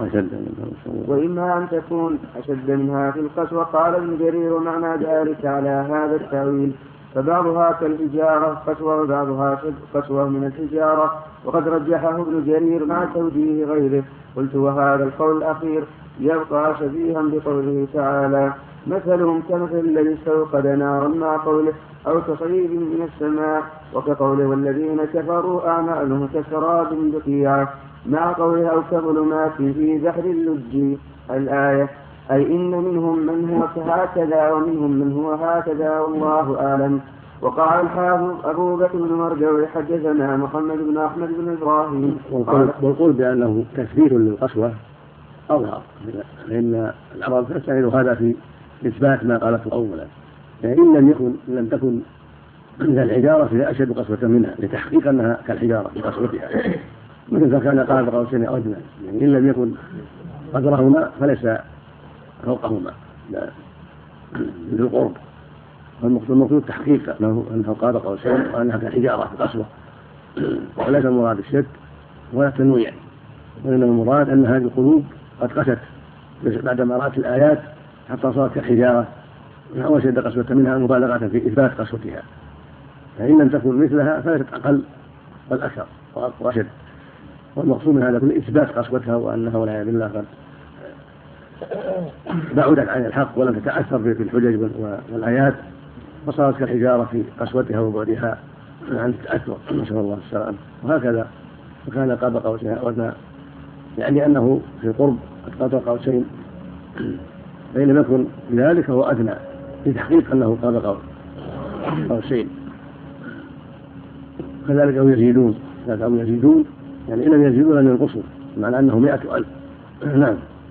القسوة. قال ابن جرير معنى ذلك على هذا التأويل فبعضها كالحجارة قسوة وبعضها قسوة من الحجارة، وقد رجحه ابن جرير مع توجيه غيره. قلت وهذا القول الأخير يبقى شبيها بقوله تعالى مثلهم كمثل الذي استوقد نارا مع قوله أو كصيب من السماء، وكقوله والذين كفروا أعمالهم كسراب بقيعة مع قوله أو كظلمات في بحر اللجي الآية، أي إن منهم من هو هكذا ومنهم من هو هكذا والله أعلم. وقال الحافظ أبو بكر بن مرجوي حدثنا محمد بن أحمد بن إبراهيم والقول بأنه تثبيت للقسوة أظهر، لأن العرب تستعمل هذا في إثبات ما قالته أولا، يعني إن لم تكن الحجارة فيها أشد قسوة منها لتحقيق أنها كالحجارة في قسوتها، مثل كان قال قوسين أو أدنى، يعني إن لم يكن قدرهما فليس فوقهما ذو القرب، والمقصود تحقيق أنه قال قوسين وأنها كالحجارة في قسوة، وليس المراد الشك ولا التنويع، وإنما المراد أن هذه القلوب قد قست بعدما رأت الآيات حتى صارت كالحجارة أو أشد قسوة منها مبالغة في إثبات قسوتها، فإن لم تكن مثلها فليست أقل بل أكثر وأشد، والمقصود من هذا كل إثبات قسوتها وأنها والعياذ بالله قد بعدت عن الحق ولم تتأثر في الحجج والآيات فصارت كالحجارة في قسوتها وبعدها عن التأثر، نسأل الله السلامة. وهكذا وكان قاب قوسين أو أدنى، يعني أنه في قرب قد قاب قوسين، فإن لم يكن بذلك فهو أدنى في تحقيق أنه قاب قوسين. كذلك أو يزيدون يعني إن لم يزيدوا لم ينقصوا، معنى أنه 100,000. نعم.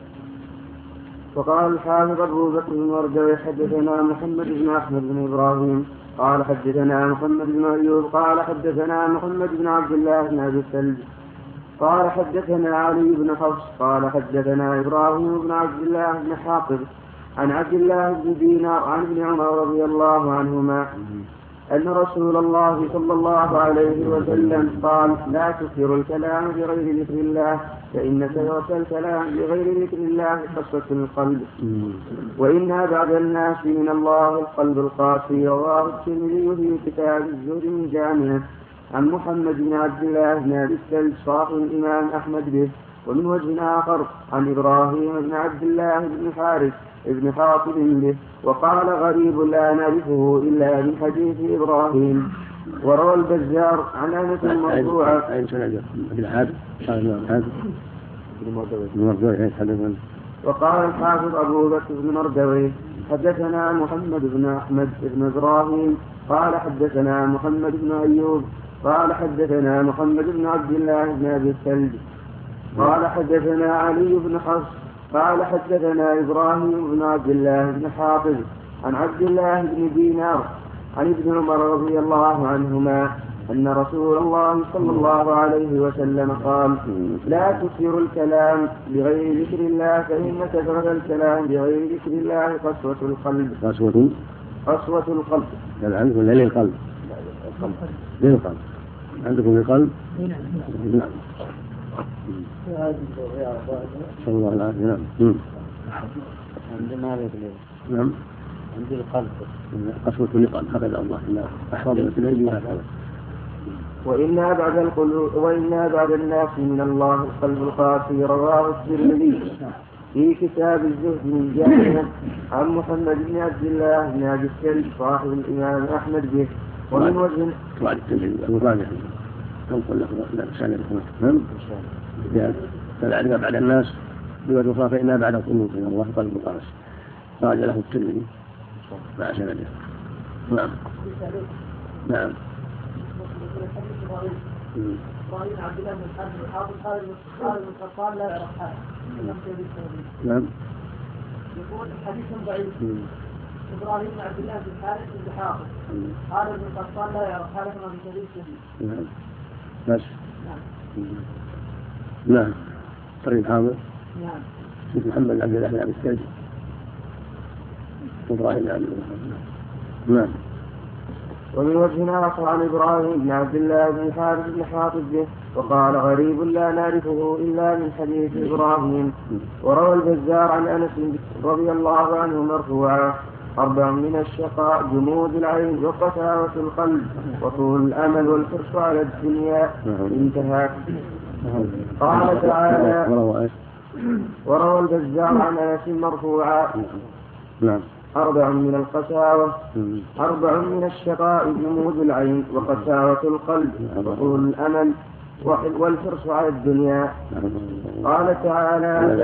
وقال الحافظ أبو بكر بن مرجوي حدثنا محمد بن أحمد بن إبراهيم قال حدثنا محمد بن أيوب قال حدثنا محمد بن عبد الله بن أبي الثلج قال حدثنا علي بن حفص قال حدثنا إبراهيم بن عبد الله بن حاطب عن عبد الله بن دينار عن ابن عمر رضي الله عنهما أن رسول الله صلى الله عليه وسلم قال: لا تكثروا الكلام بغير ذكر الله، فإن كثرة الكلام بغير ذكر الله قسوة القلب، وإنها بعد الناس من الله القلب القاسي. رواه الترمذي في كتاب الزهد من جامعه عن محمد بن عبد الله بن أبي الثلج صاحب الإمام أحمد به. ومن وجه آخر عن إبراهيم بن عبد الله بن حارث ابن حاطب به، وقال: غريب لا نعرفه إلا من حديث إبراهيم. وروى البزار عن أنس مرفوعا. وقال الحافظ أبو بكر بن مردويه: حدثنا محمد بن أحمد بن إبراهيم قال حدثنا محمد بن أيوب قال حدثنا محمد بن عبد الله بن أبي الثلج قال حدثنا علي بن حفص قال حدثنا إبراهيم بن عبد الله بن حافظ عن عبد الله بن دينار عن ابن عمر رضي الله عنهما أن رسول الله صلى الله عليه وسلم قال: لا تكثروا الكلام بغير ذكر الله، فإن كثرة الكلام بغير ذكر الله قسوة القلب. قسوة القلب. عندكم لا للقلب. للقلب. عندكم للقلب. نعم. صلى الله عليه وسلم. عندنا نعم. عندي القلب. قسوة اللقلب هكذا الله أحفظ مثل هذا. وإنا بعد الناس من الله القلب القاسي. رواه الترمذي في كتاب الزهد من جامعه عن محمد بن عبد الله بن أبي الثلج صاحب الإمام أحمد به. ومن وجه بعد الترمذي تنقل لك سنة نعم بعد الناس بوجه أخرى فإنا بعد القنوط من الله القلب القاسي. راجع له الترمذي مع سنده. نعم. نعم. إبراهيم عبد الله بن حارث الحافظ قال ابن قطان لا يعرف حاله. نعم. يقول حديث ضعيف. إبراهيم عبد الله بن حارث بن حافظ قال ابن قطان لا يعرف حاله ما في شريك شديد. نعم. بس. نعم. نعم. طريق حامد. نعم. اسم محمد بن عبد الله بن أبي الثلج. إبراهيم عبد الله. نعم. ومن وجه آخر عن إبراهيم بن عبد الله بن حارث بن حاطب به، وقال: غريب لا نعرفه إلا من حديث إبراهيم. وروى البزار عن أنس رضي الله عنه مرفوعا: 4 من الشقاء جمود العين وقساوة القلب وطول الأمل والحرص على الدنيا. انتهى. قال تعالى: وروى البزار عن أنس مرفوعا: 4 من القساوة 4 من الشقاء جمود العين وقساوة القلب وطول الأمل والحرص على الدنيا. قال تعالى: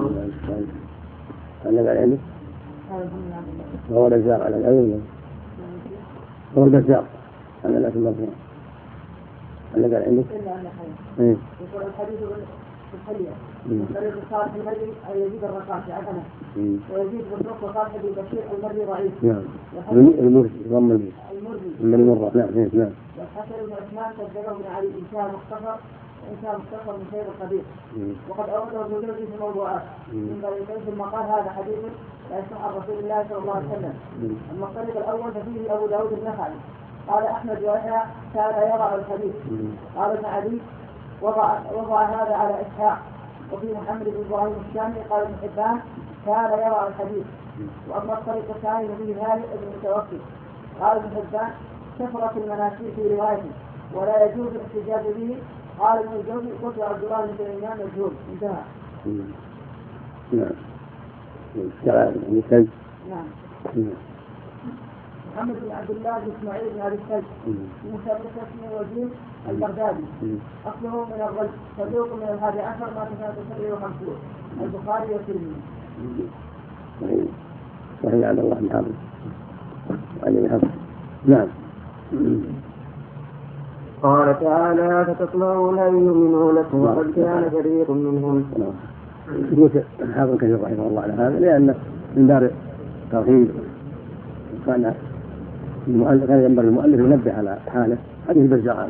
هو البزار على العين. هو البزار على الأكل المرفوع. أنا قال عندك؟ يقول الحديث الحلية الطريق الصالح المري أن يزيد الرقاق عدنا ويزيد بالنص وصالح بالبشير المري ضعيف. نعم. المري مرة. نعم. والحسن بن عثمان كذبه بن علي إنشاء مختصر من خير القدير، وقد أورده ابن في الموضوعات من طريقين، ثم قال: هذا حديث لا يصح عن رسول الله صلى الله عليه وسلم. أما الطريق الأول ففيه أبو داود النخعي قال: أحمد ويحيى كان يضع الحديث. قال ابن علي: وضع هذا على إسحاق. وفي محمد بن إبراهيم الشامي قال ابن حبان: كان يضع الحديث. وأما الطريق الثاني ففيه هانئ بن متوكل قال ابن حبان: كثرت المناسير في روايته ولا يجوز الاحتجاج به. قال ابن الجوزي: قلت عبد الله بن سليمان مجهول. انتهى. نعم. محمد بن عبد الله بن اسماعيل بن ابي الثلج مسابقة اسمه وزير البغدادي، اصله من الرجل، صدوق من 11 مات سنة 57. البخاري والترمذي. صحيح على الله محمد وعلي محمد. نعم. قال تعالى: فتطمعون أن يؤمنوا لكم وقد كان فريق منهم. يقول الحافظ كثير رحمه الله على هذا، لأن من دار التوحيد كان ينبغي المؤلف ينبه على حاله. حديث البزار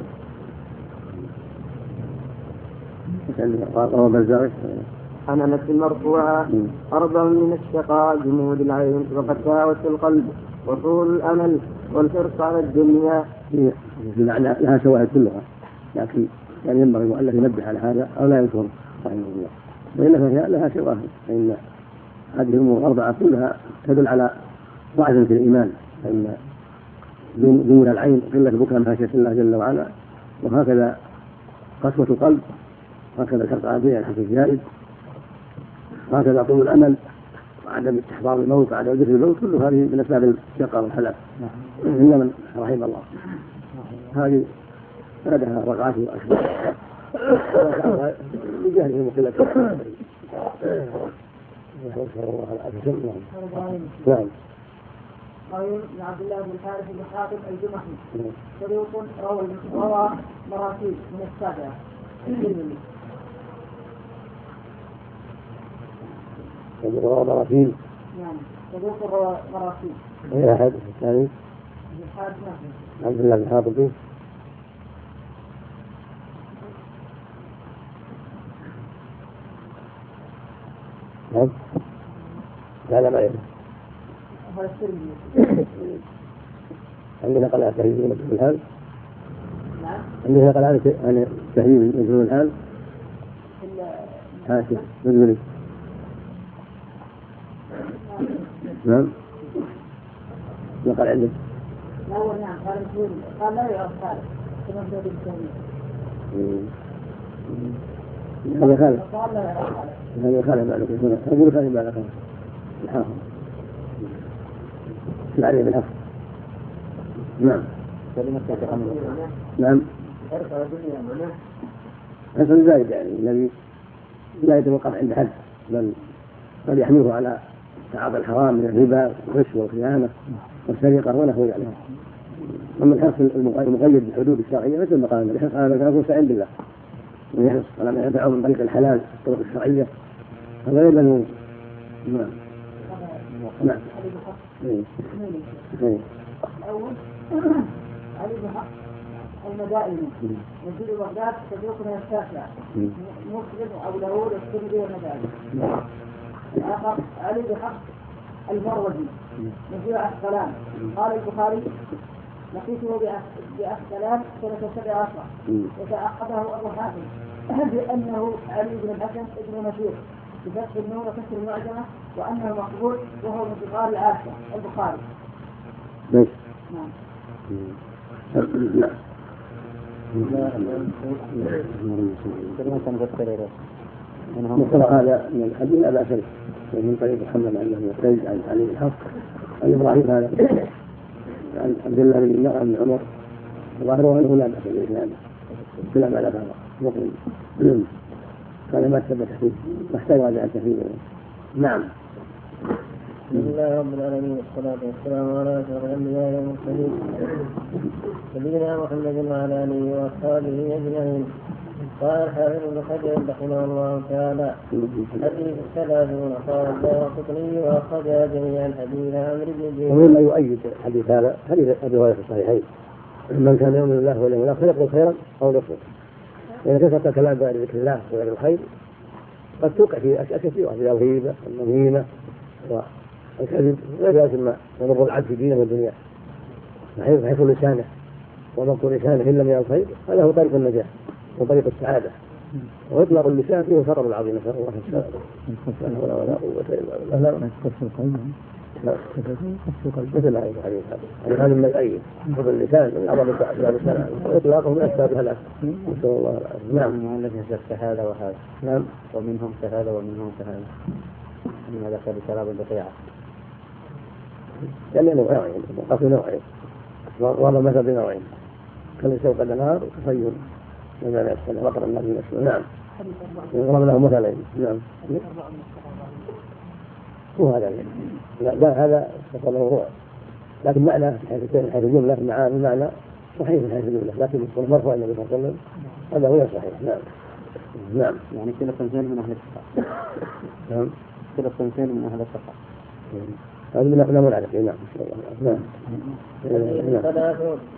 وهو بزار عن أنس المرفوعة: 4 من الشقاء جمود العين وقساوة القلب وطول الأمل والحرص على الدنيا. لها شواهد كلها، لكن يعني ينبغي المؤلف ينبه على هذا أو لا يذكر رحمه الله، وإلا فهي لها شواهد، فإن هذه الأمور الأربعة كلها تدل على ضعف في الإيمان، فإن دون العين قلة بكاء من خشية الله جل وعلا، وهكذا قسوة القلب، وهكذا الحرص على الدنيا الحرص الزائد، وهكذا طول الأمل وعدم استحضار الموت وعدم ذكر الموت، كل هذه من أسباب الشقاء والهلاك إلا من رحم الله. هذه بعدها رقعات وأشباه بجهلهم وقلة نعم. قال عبد الله بن الحارث بن حاتم الجمحي صدوق روى مراسيل من السابعة. روى مراسيل. نعم صدوق روى مراسيل. أي أحد الثاني؟ عبد الله بن حاتم. نعم هذا ما يعرف. عندنا قلعة تهذيب مجهول الحال. عندنا قلعة تهذيب مجهول الحال. حاشا مجهولي. نعم ما قال عندك؟ لا هو نعم قال مجهول، قال لا يعرف هذا كما هو بالتهذيب. هذا خالد. هذا خالد بعد هنا. أقول خالد بعد خالد. الحافظ. العلي بالحق. نعم. نعم. حسن زايد يعني الذي لا يتوقف عند حد، بل قد يحمله على تعاطي الحرام من الربا والغش والخيانة والسرقة ونحو ذلك. أما الحرص المقيد بالحدود الشرعية مثل ما قال الحرص على ما يكون سعيد بالله، ويحرص على ما يدفعه من طريق الحلال الطرق الشرعية، هذا أيضا نعم. نعم. الأول علي بن حق المدائني نزيل بغداد صديقنا الشافعي مسلم أو داوود الترمذي والنسائي. الآخر علي بن حق المروزي نزيل عسقلان. قال البخاري لقيته بعسقلان سنة 17 وتعقبه أبو حاتم بأنه علي بن الحسن ابن مشهور بفتح النور وكسر المعجمة وأنه مقبول وهو من صغار العاشرة البخاري. نعم. مصطلح هذا من الحديث لا بأس به، من طريق محمد عنه يقتيد عن علي الحق عن إبراهيم هذا عن عبد الله بن عمر ظاهره أنه لا بأس به بلا ما لا بأس كان ما ثبت فيه واحتاج على التفريق. نعم. بسم الله رب العالمين والصلاة والسلام على أشرف الأنبياء والمرسلين سيدنا محمد وعلى آله وأصحابه أجمعين. قال الحافظ ابن حجر رحمه الله تعالى حديث 30 قال الدارقطني وأخرج جميعا حديث عمرو بن جرير. ومما يؤيد حديث هذا حديث أبي هريرة في الصحيحين من كان يؤمن بالله واليوم الآخر يقول خيرا أو ليصمت. إذا كثرت الكلام بغير ذكر الله وغير الخير قد توقع في أشياء كثيرة في الغيبة والنميمة والكذب غير لازم ما يضر العبد في دينه والدنيا. فحيث لسانه ومنطق لسانه إلا من الخير هذا هو طريق النجاة وطريق السعادة. وإطلاق اللسان فيه خطر العظيم، نسأل الله السلامة ولا قوة إلا بالله. مثل هذا الحديث هذا من الأيد خذ اللسان من أعظم الأسباب السلام وإطلاقه من أسباب الهلاك. نسأل الله العافية. نعم. الذي يزكى هذا وهذا. نعم. ومنهم كهذا ومنهم كهذا. من هذا كان شراب البقيعة. يعني نوعين وقف نوعين وهذا مثل بنوعين كان سوق النهار وتخيل لما يحصل وقر الناس من السوء. نعم. يضرب له مثلين. نعم. هو هذا لا هذا تصل موضوع لكن معنى من حيث الجملة المعنى صحيح من حيث الجملة لكن يكون مرفوع النبي صلى الله عليه وسلم هذا هو صحيح. نعم. نعم. يعني كل صنفين من أهل الثقة. نعم. كل صنفين من أهل الثقة. هذا من أقدام العرف. نعم. نعم.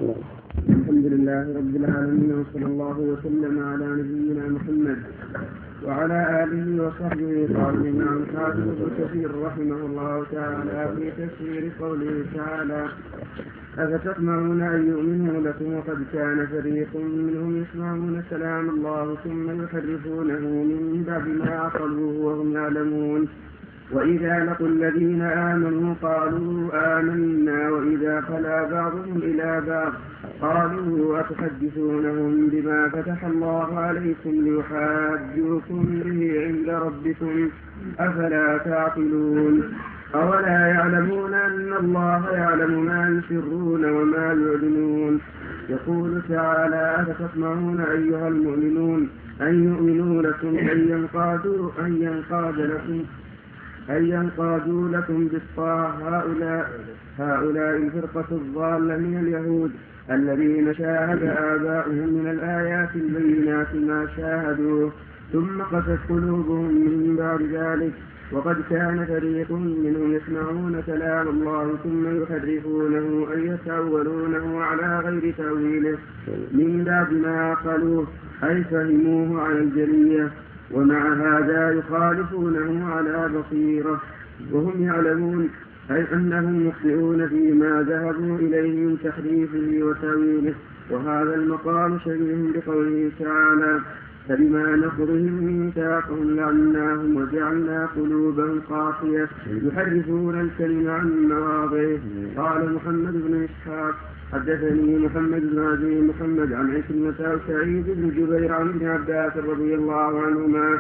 الحمد لله رب العالمين وصلى الله وسلم على نبينا محمد وعلى آله وصحبه. قال الإمام الحافظ ابن كثير رحمه الله تعالى في تفسير قوله تعالى: أفتطمعون أن يؤمنوا لكم وقد كان فريق منهم يسمعون كلام الله ثم يحرفونه من بعد ما عقلوه وهم يعلمون. وإذا لقوا الذين آمنوا قالوا آمنا وإذا خلا بعضهم إلى بعض قالوا أتحدثونهم بما فتح الله عليكم ليحاجوكم به عند ربكم أفلا تعقلون. أولا يعلمون أن الله يعلم ما يسرون وما يعلنون. يقول تعالى: أفتطمعون أيها المؤمنون أن يؤمنوا لكم أن ينقادوا لكم بالطاعة هؤلاء الفرقة الضالة من اليهود الذين شاهد آباؤهم من الآيات البينات ما شاهدوه ثم قست قلوبهم من بعد ذلك. وقد كان فريق منهم يسمعون كلام الله ثم يحرفونه أي يتأولونه على غير تأويله من بعد ما عقلوه أي فهموه على الجلية، ومع هذا يخالفونه على بصيرة وهم يعلمون أي أنهم يخطئون فيما ذهبوا إليه من تحريفه وتأويله. وهذا المقام شبيه بقوله تعالى: فبما نقضهم ميثاقهم لعناهم وجعلنا قلوبهم قاسية يحرفون الكلم عن مواضعه. قال محمد بن إسحاق: حدثني محمد بن عزيز محمد عن عكرمة سعيد بن جبير عن ابن عباس رضي الله عنهما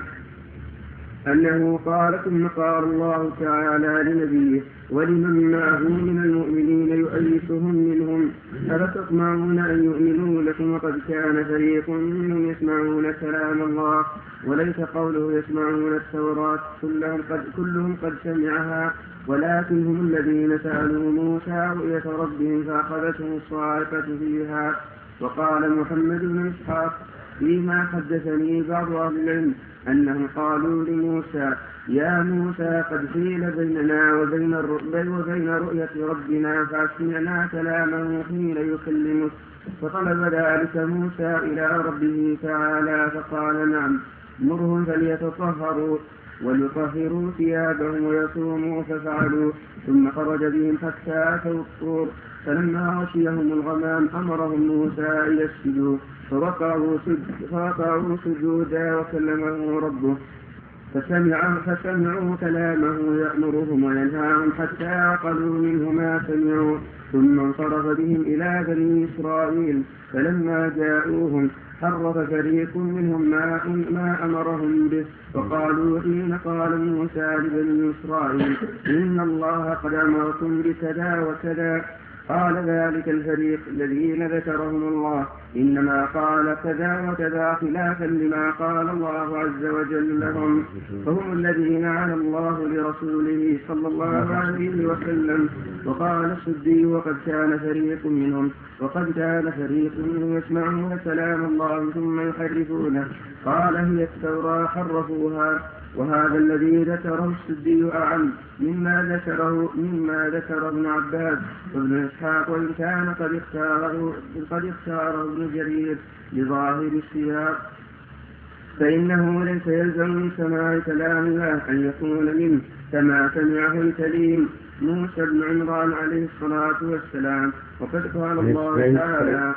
أنه قال: ثم قال الله تعالى لنبيه ولمن معه من المؤمنين يؤيسهم منهم: أفتطمعون أن يؤمنوا لكم وقد كان فريق منهم يسمعون كلام الله. وليس قوله يسمعون التوراة كلهم قد سمعها، ولكن هم الذين سألوا موسى رؤية ربهم فأخذتهم الصاعقة فيها. وقال محمد بن إسحاق فيما حدثني بعض أهل العلم أنهم قالوا لموسى: يا موسى قد حيل بيننا وبين رؤية ربنا فأسمعنا كلامه حين يكلمك. فطلب ذلك موسى إلى ربه تعالى فقال: نعم، مرهم فليتطهروا وليطهروا ثيابهم ويصوموا. ففعلوا ثم خرج بهم حتى أتوا الطور، فلما غشيهم الغمام أمرهم موسى أن يسجدوا فوقعوا سجودا وكلمه ربه فسمعوا كلامه يأمرهم وينهاهم حتى عقلوا منه ما سمعوا. ثم انصرف بهم إلى بني إسرائيل، فلما جاءوهم حرف فريق منهم ما أمرهم به، وقالوا حين قال موسى لبني إسرائيل: إن الله قد أمركم بكذا وكذا، قال ذلك الفريق الذين ذكرهم الله إنما قال كذا وكذا خلافا لما قال الله عز وجل لهم، فهم الذين عنى الله لرسوله صلى الله عليه وسلم. وقال السدي: وقد كان فريق منهم يسمعون كلام الله ثم يحرفونه. قال: هي التوراة حرفوها. وهذا الذي ذكره السدي أعم مما ذكره ابن عباس وابن إسحاق، وإن كان قد اختاره ابن جرير لظاهر السياق، فإنه ليس يلزم من سماع كلام الله أن يكون منه كما سمعه الكليم موسى بن عمران عليه الصلاة والسلام. وقد قال الله تعالى: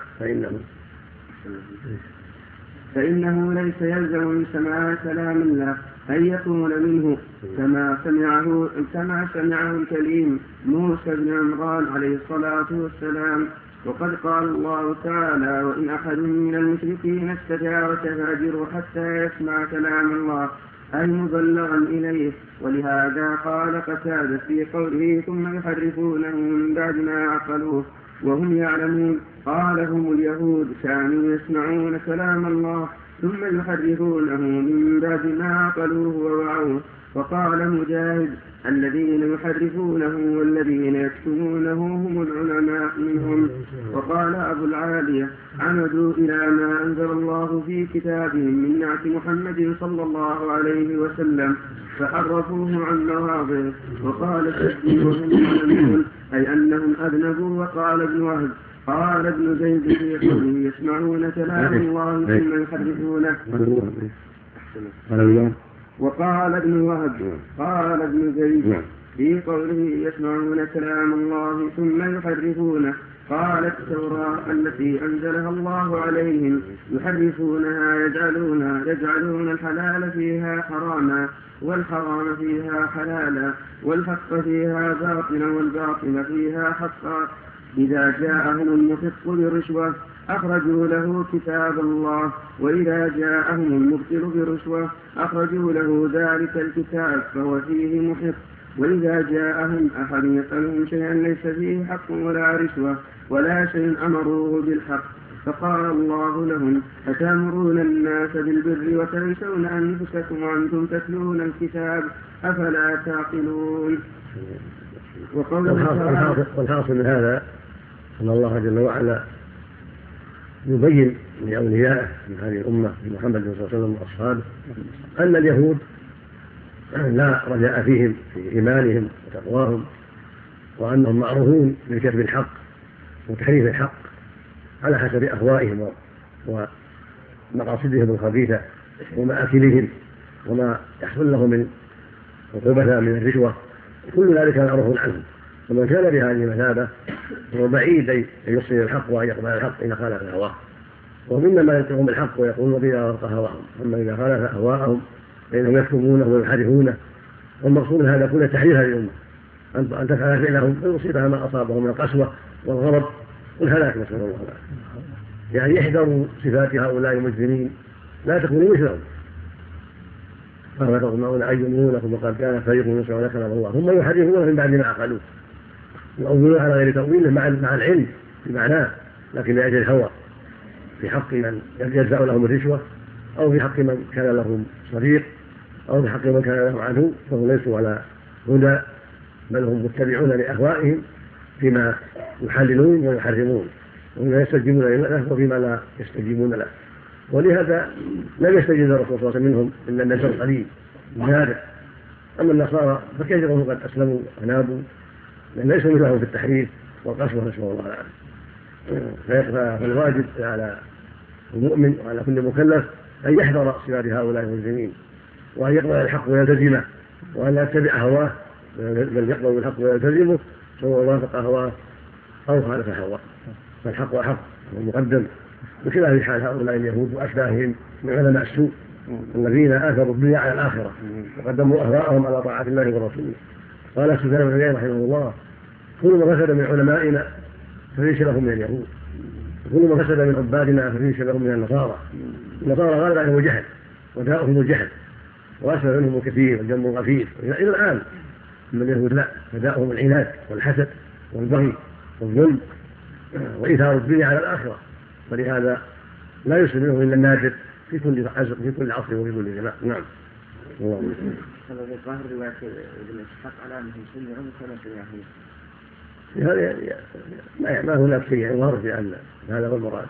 فإنه ليس يلزم من سماع كلام الله أن يكون منه كما سمعه الكليم موسى بن عمران عليه الصلاة والسلام. وقد قال الله تعالى: وإن أحد من المشركين استجارك فأجره حتى يسمع كلام الله أي مبلغا إليه. ولهذا قال قتادة في قوله: ثم يحرفونه من بعد ما عقلوه وهم يعلمون. قال: هم اليهود كانوا يسمعون كلام الله ثم يحرفونه من بعد ما عقلوه ووعوه. وقال مجاهد: الذين يحرفونه والذين يكتمونه هم العلماء منهم. وقال أبو العالية: عمدوا إلى ما أنزل الله في كتابهم من نعت محمد صلى الله عليه وسلم فحرفوه عن مواضعه. وقال السدي: وهم يعلمون أي أنهم أذنبوا. وقال ابن وهب: قال ابن زيد في قوله: يسمعون كلام الله ثم يحرفونه. وقال ابن وهب قال ابن زيد في قوله يسمعون كلام الله ثم يحرفونه قال التوراة التي أنزلها الله عليهم يحرفونها يجعلون الحلال فيها حراما والحرام فيها حلالا والحق فيها باطلا والباطل فيها حقا. إذا جاءهم المحق بالرشوة أخرجوا له كتاب الله وإذا جاءهم المبطل برشوة أخرجوا له ذلك الكتاب فهو فيه محق. وإذا جاءهم أحد يسألهم شيئا ليس فيه حق ولا رشوة ولا شيء أمروه بالحق فقال الله لهم أتأمرون الناس بالبر وتنسون أنفسكم وأنتم تتلون الكتاب أفلا تعقلون. والحاصل من هذا أن الله جل وعلا يبين لأوليائه من هذه الأمة محمد صلى الله عليه وسلم وأصحابه أن اليهود لا رجاء فيهم في إيمانهم وتقواهم وأنهم معروفون بكتب الحق وتحريف الحق على حسب أهوائهم ومقاصدهم الخبيثة ومآكلهم وما يحصل لهم من عقوبة من الرشوة كل ذلك معروف عنهم. ومن كان بهذه المثابة هو بعيد أن يصل الحق وأن يقبل الحق إذا خالف هواه ومما ينطقون بالحق ويقولون بها وفق هواهم. أما إذا خالف أهواءهم فإنهم يكتمونه ويحرفونه والمقصود هذا كل تحريف هذه الأمة أن تفعل فعلهم فيصيبها ما أصابهم من القسوة والغضب والهلاك نسأل الله العافية. يعني يحذروا صفات هؤلاء المجرمين لا تكونوا مثلهم فما تظنون أن يؤمنونكم وقد كان فريق يسمعون كلام الله هم يحرفونه من بعد ما عقلوه يؤولون على غير تأويله مع العلم بمعناه لكن لأجل الهوى في حق من يجزع لهم الرشوة أو في حق من كان لهم صديق أو في حق من كان لهم عدو فهم ليسوا على هدى بل هم متبعون لأهوائهم فيما يحللون ويحرمون وفيما يستجيبون له وفيما لا يستجيبون له. ولهذا لم يستجيب الرسول صلى الله عليه وسلم منهم إلا النجر قليل نادر. أما النصارى فكثيرهم قد أسلموا ونابوا لأن ليسوا مثلهم في التحريف والقسوة نسأل الله العافية. فالواجب على المؤمن وعلى كل مكلف أن يحذر صفات هؤلاء المجرمين وأن يقبل الحق ويلتزمه وأن لا يتبع هواه بل يقبل بالحق ويلتزمه سواء وافق هواه أو خالف هواه فالحق أحق ومقدم بخلاف حال هؤلاء اليهود وأشباههم من علماء السوء الذين آثروا الدنيا على الآخرة وقدموا أهواءهم على طاعة الله ورسوله. قال سفيان بن عيينة رحمه الله كل ما فسد من علمائنا فليس لهم من اليهود وكل ما فسد من عبادنا فليس لهم من النصارى غالب عليهم الجهل وداؤهم الجهل وأسفل منهم الكثير والجنب الغفير إلى الآن من اليهود لا فداؤهم العناد والحسد والبغي والظلم وإيثار الدنيا على الآخرة ولهذا لا يسلم منهم إلا النادر في كل عصر وفي كل زمان. نعم. الله ظاهر رواية ابن إسحاق على أنهم سمعوا كما سمعوا هذا ما هناك شيء ظاهر في أن هذا هو المراد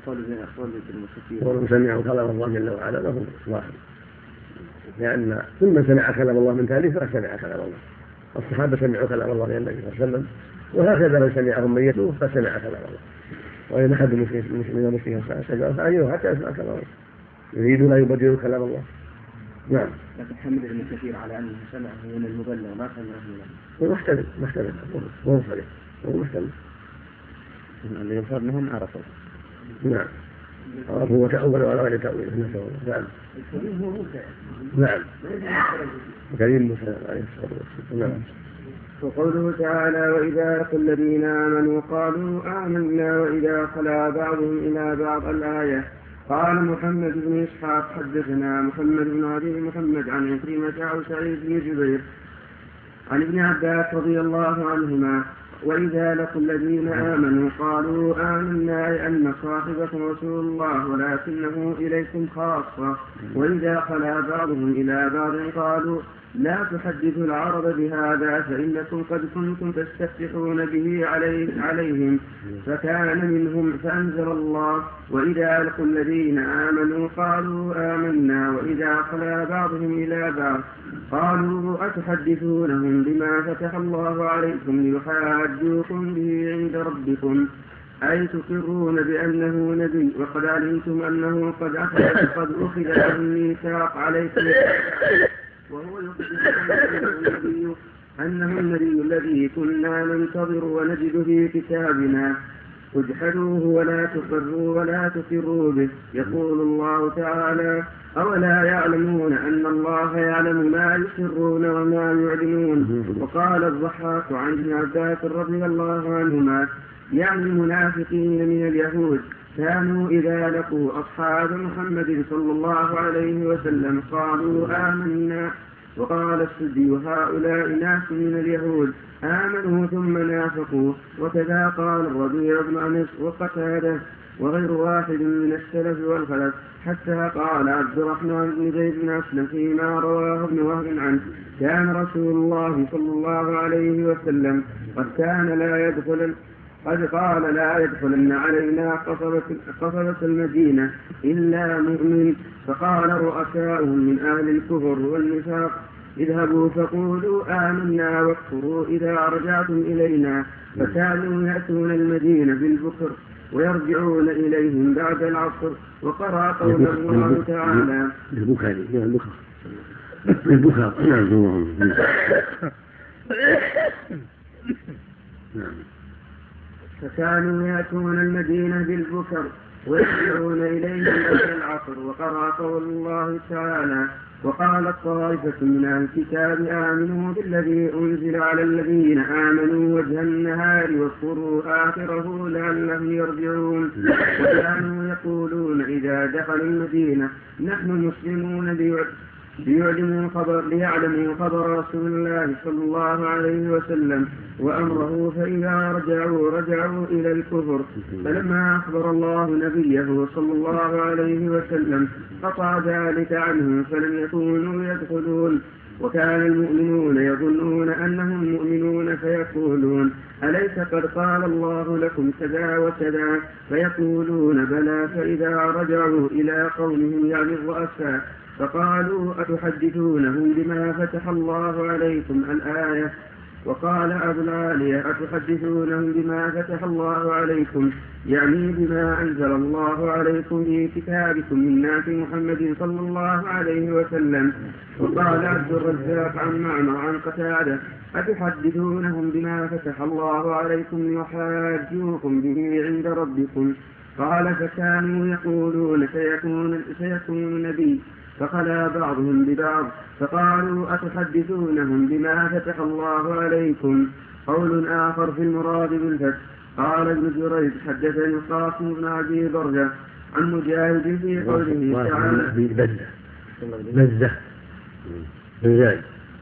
قول سمعوا كلام الله جل وعلا ما هو ظاهر لأن كل من سمع كلام الله من تاليف فسمع كلام الله. الصحابة سمعوا كلام الله للنبي صلى الله عليه وسلم وهكذا من سمعهم من يتوب فسمع كلام الله. وإن أحد من المشركين سمع فأجره حتى يسمع كلام الله يريدون أن يبدلوا كلام الله. نعم. لكن حمد ابن كثير على أنه سمعه من المبلغ ما سمعه منه محتمل ومصرف ومحتمل اللي يفرق منهم عرفوا. نعم عرفوا وتأولوا على غير تأويل. نعم نعم كريم موسى عليه الصلاة والسلام. نعم. وقوله تعالى وإذا لقوا الذين آمنوا قالوا آمنا وإذا خلا بعضهم إلى بعض الآية. قال محمد بن إسحاق حدثنا محمد بن أبي محمد عن عكرمة أو سعيد بن جبير عن ابن عباس رضي الله عنهما وإذا لقوا الذين آمنوا قالوا آمنا أن صاحبكم رسول الله ولكنه إليكم خاصة. وإذا خلا بعضهم إلى بعض قالوا لا تحدثوا العرب بهذا فإنكم قد كنتم تستفتحون به عليهم فكان منهم فأنزل الله وإذا لقوا الذين آمنوا قالوا آمنا وإذا خلا بعضهم إلى بعض قالوا أتحدثونهم بما فتح الله عليكم ليحاجوكم به عند ربكم أي تقرون بأنه نبي وقد علمتم أنه قد أخذ له الميثاق عليكم، وهو يخبركم أنه النبي الذي كنا ننتظر ونجد في كتابنا، اجحدوه ولا تقروا ولا تقروا به. يقول الله تعالى: أولا يعلمون أن الله يعلم ما يسرون وما يعلنون. وقال الضحاك عن ابن عباس رضي الله عنهما يعني المنافقين من اليهود كانوا إذا لقوا أصحاب محمد صلى الله عليه وسلم قالوا آمنا. وقال السدي: هؤلاء ناس من اليهود آمنوا ثم نافقوا. وكذا قال الربيع بن أنس وقتاده وغير واحد من السلف والخلف، حتى قال عبد الرحمن بن زيد بن أسلم فيما رواه ابن وهب عنه: كان رسول الله صلى الله عليه وسلم قد قال لا يدخلن علينا قصبة المدينة إلا مؤمن. فقال رؤساؤهم من أهل الكفر والنفاق: اذهبوا فقولوا آمنا واكفروا إذا رجعتم إلينا. فكانوا يأتون المدينة بالبكر ويرجعون إليهم بعد العصر. وقرأ قول الله تعالى: فكانوا يأتون المدينة بالبكر ويرجعون إليهم بعد العصر. وقرأ قول الله تعالى: وقالت طائفة من أهل الكتاب آمنوا بالذي أنزل على الذين آمنوا وجه النهار واكفروا آخره لعلهم يرجعون. وكانوا يقولون إذا دخلوا المدينة نحن مسلمون ليعلموا خبر رسول الله صلى الله عليه وسلم وأمره، فإذا رجعوا إلى الكفر. فلما أخبر الله نبيه صلى الله عليه وسلم قطع ذلك عنهم فلم يكونوا يدخلون. وكان المؤمنون يظنون أنهم مؤمنون فيقولون: أليس قد قال الله لكم كذا وكذا؟ فيقولون: بلى. فإذا رجعوا إلى قومهم يعني الرؤساء فقالوا: أتحدثونهم بما فتح الله عليكم؟ الآية. وقال أبو العالية: أتحدثونهم بما فتح الله عليكم يعني بما أنزل الله عليكم في كتابكم من ناس محمد صلى الله عليه وسلم. وقال عبد الرزاق عن معمر عن قتادة: أتحدثونهم بما فتح الله عليكم يحاجوكم به عند ربكم؟ قال: فكانوا يقولون سيكون نبي. فخلا بعضهم ببعض فقالوا: أتحدثونهم بما فتح الله عليكم؟ قول آخر في المراد بالفتح. قال ابن جريج: حدثني القاسم بن أبي برزة عن مجاهد في قوله تعالى: بزة بزاج.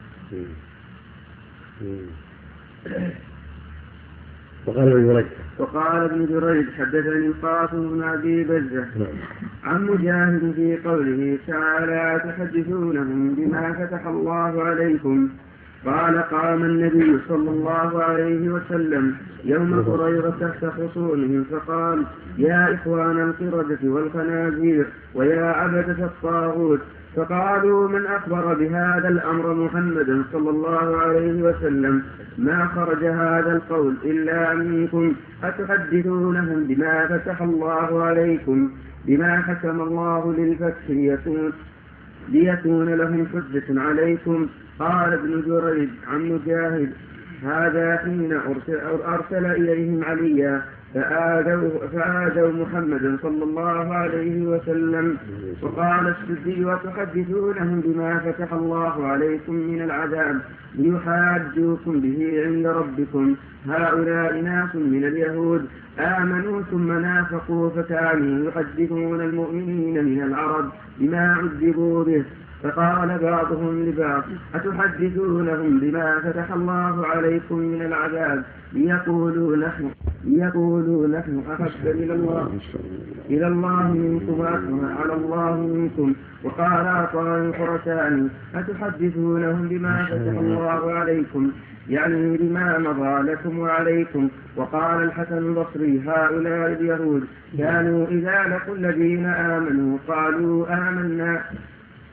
وقال ابن جريج: حدثني القاسم بن أبي بزة عن مجاهد في قوله تعالى: تحدثونهم بما فتح الله عليكم. قال: قام النبي صلى الله عليه وسلم يوم قريظة تحت خصومهم فقال: يا إخوان القردة والخنازير ويا عبدة الطاغوت. فقالوا: من أخبر بهذا الأمر محمدا صلى الله عليه وسلم؟ ما خرج هذا القول إلا منكم. أتحدثونهم بما فتح الله عليكم؟ بما حكم الله للفتح ليكون لهم حجة عليكم. قال ابن جريج عن مجاهد: هذا حين أرسل إليهم عليا فآذوا محمدا صلى الله عليه وسلم. وقال السدي: وتحدثونهم بما فتح الله عليكم من العذاب ليحاجوكم به عند ربكم. هؤلاء ناس من اليهود آمنوا ثم نافقوا فكانوا يحدثون المؤمنين من العرب بما عذبوا به. فقال بعضهم لبعض: أتحدثونهم بما فتح الله عليكم من العذاب ليقولوا نحن أحب إلى الله منكم وأكره على الله منكم. وقال عطاء الخرساني: أتحدثونهم بما فتح الله عليكم يعني بما مضى لكم وعليكم. وقال الحسن البصري: هؤلاء اليهود كانوا إذا لقوا الذين آمنوا قالوا آمنا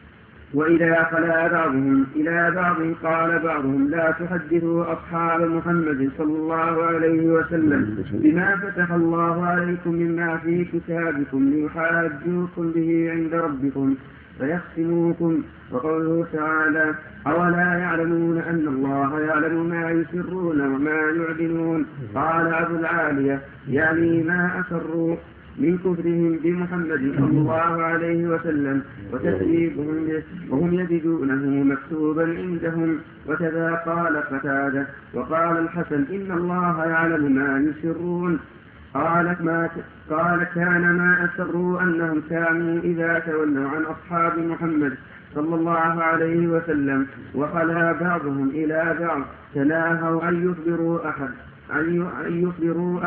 وإذا خلا بعضهم إلى بعض قال بعضهم لا تحدثوا أصحاب محمد صلى الله عليه وسلم بما فتح الله عليكم مما في كتابكم ليحاجوكم به عند ربكم فيخصموكم. وقوله تعالى أولا يعلمون أن الله يعلم ما يسرون وما يعلنون. قال أبو العالية يعني ما أسروا من كفرهم بمحمد صلى الله عليه وسلم وتكذيبهم به وهم يجدونه مكتوبا عندهم. وكذا قال قتادة. وقال الحسن إن الله يعلم ما يسرون. قال كان ما أسروا أنهم كانوا إذا تولوا عن أصحاب محمد صلى الله عليه وسلم وخلا بعضهم إلى بعض تناهوا أن يخبر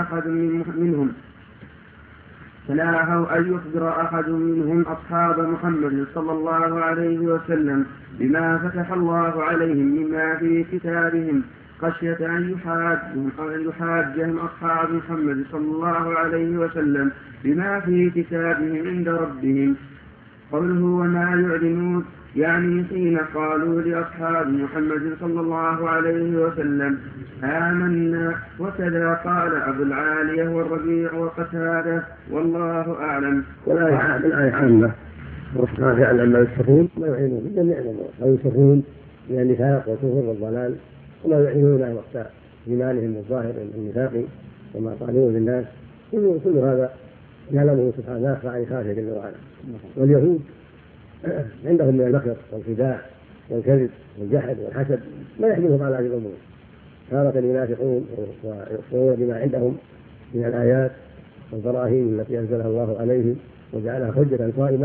أحد منهم أصحاب محمد صلى الله عليه وسلم بما فتح الله عليهم مما في كتابهم خشية أن يحاجهم أصحاب محمد صلى الله عليه وسلم بما في كتابهم عند ربهم. قوله وما يعلنون يعني حين قالوا لأصحاب محمد صلى الله عليه وسلم آمنا. وكذا قال أبو العالية والربيع وقتادة والله أعلم. والآية عامة والله يعلم ما يسرون ما يعلنون من جميع الأمور ما يسرون من النفاق والكفر والضلال وما يعلنون وقت إيمانهم الظاهر النفاق وما قالوه للناس كل هذا يعلمه سبحانه عن خافه جل وعلا. واليهود عندهم من المكر والخداع والكذب والجحد والحسد ما يحملهم على هذه الأمور. تارة ينافقون ويخفرون بما عندهم من الآيات والبراهين التي أنزلها الله عليهم وجعلها حجة قائمة،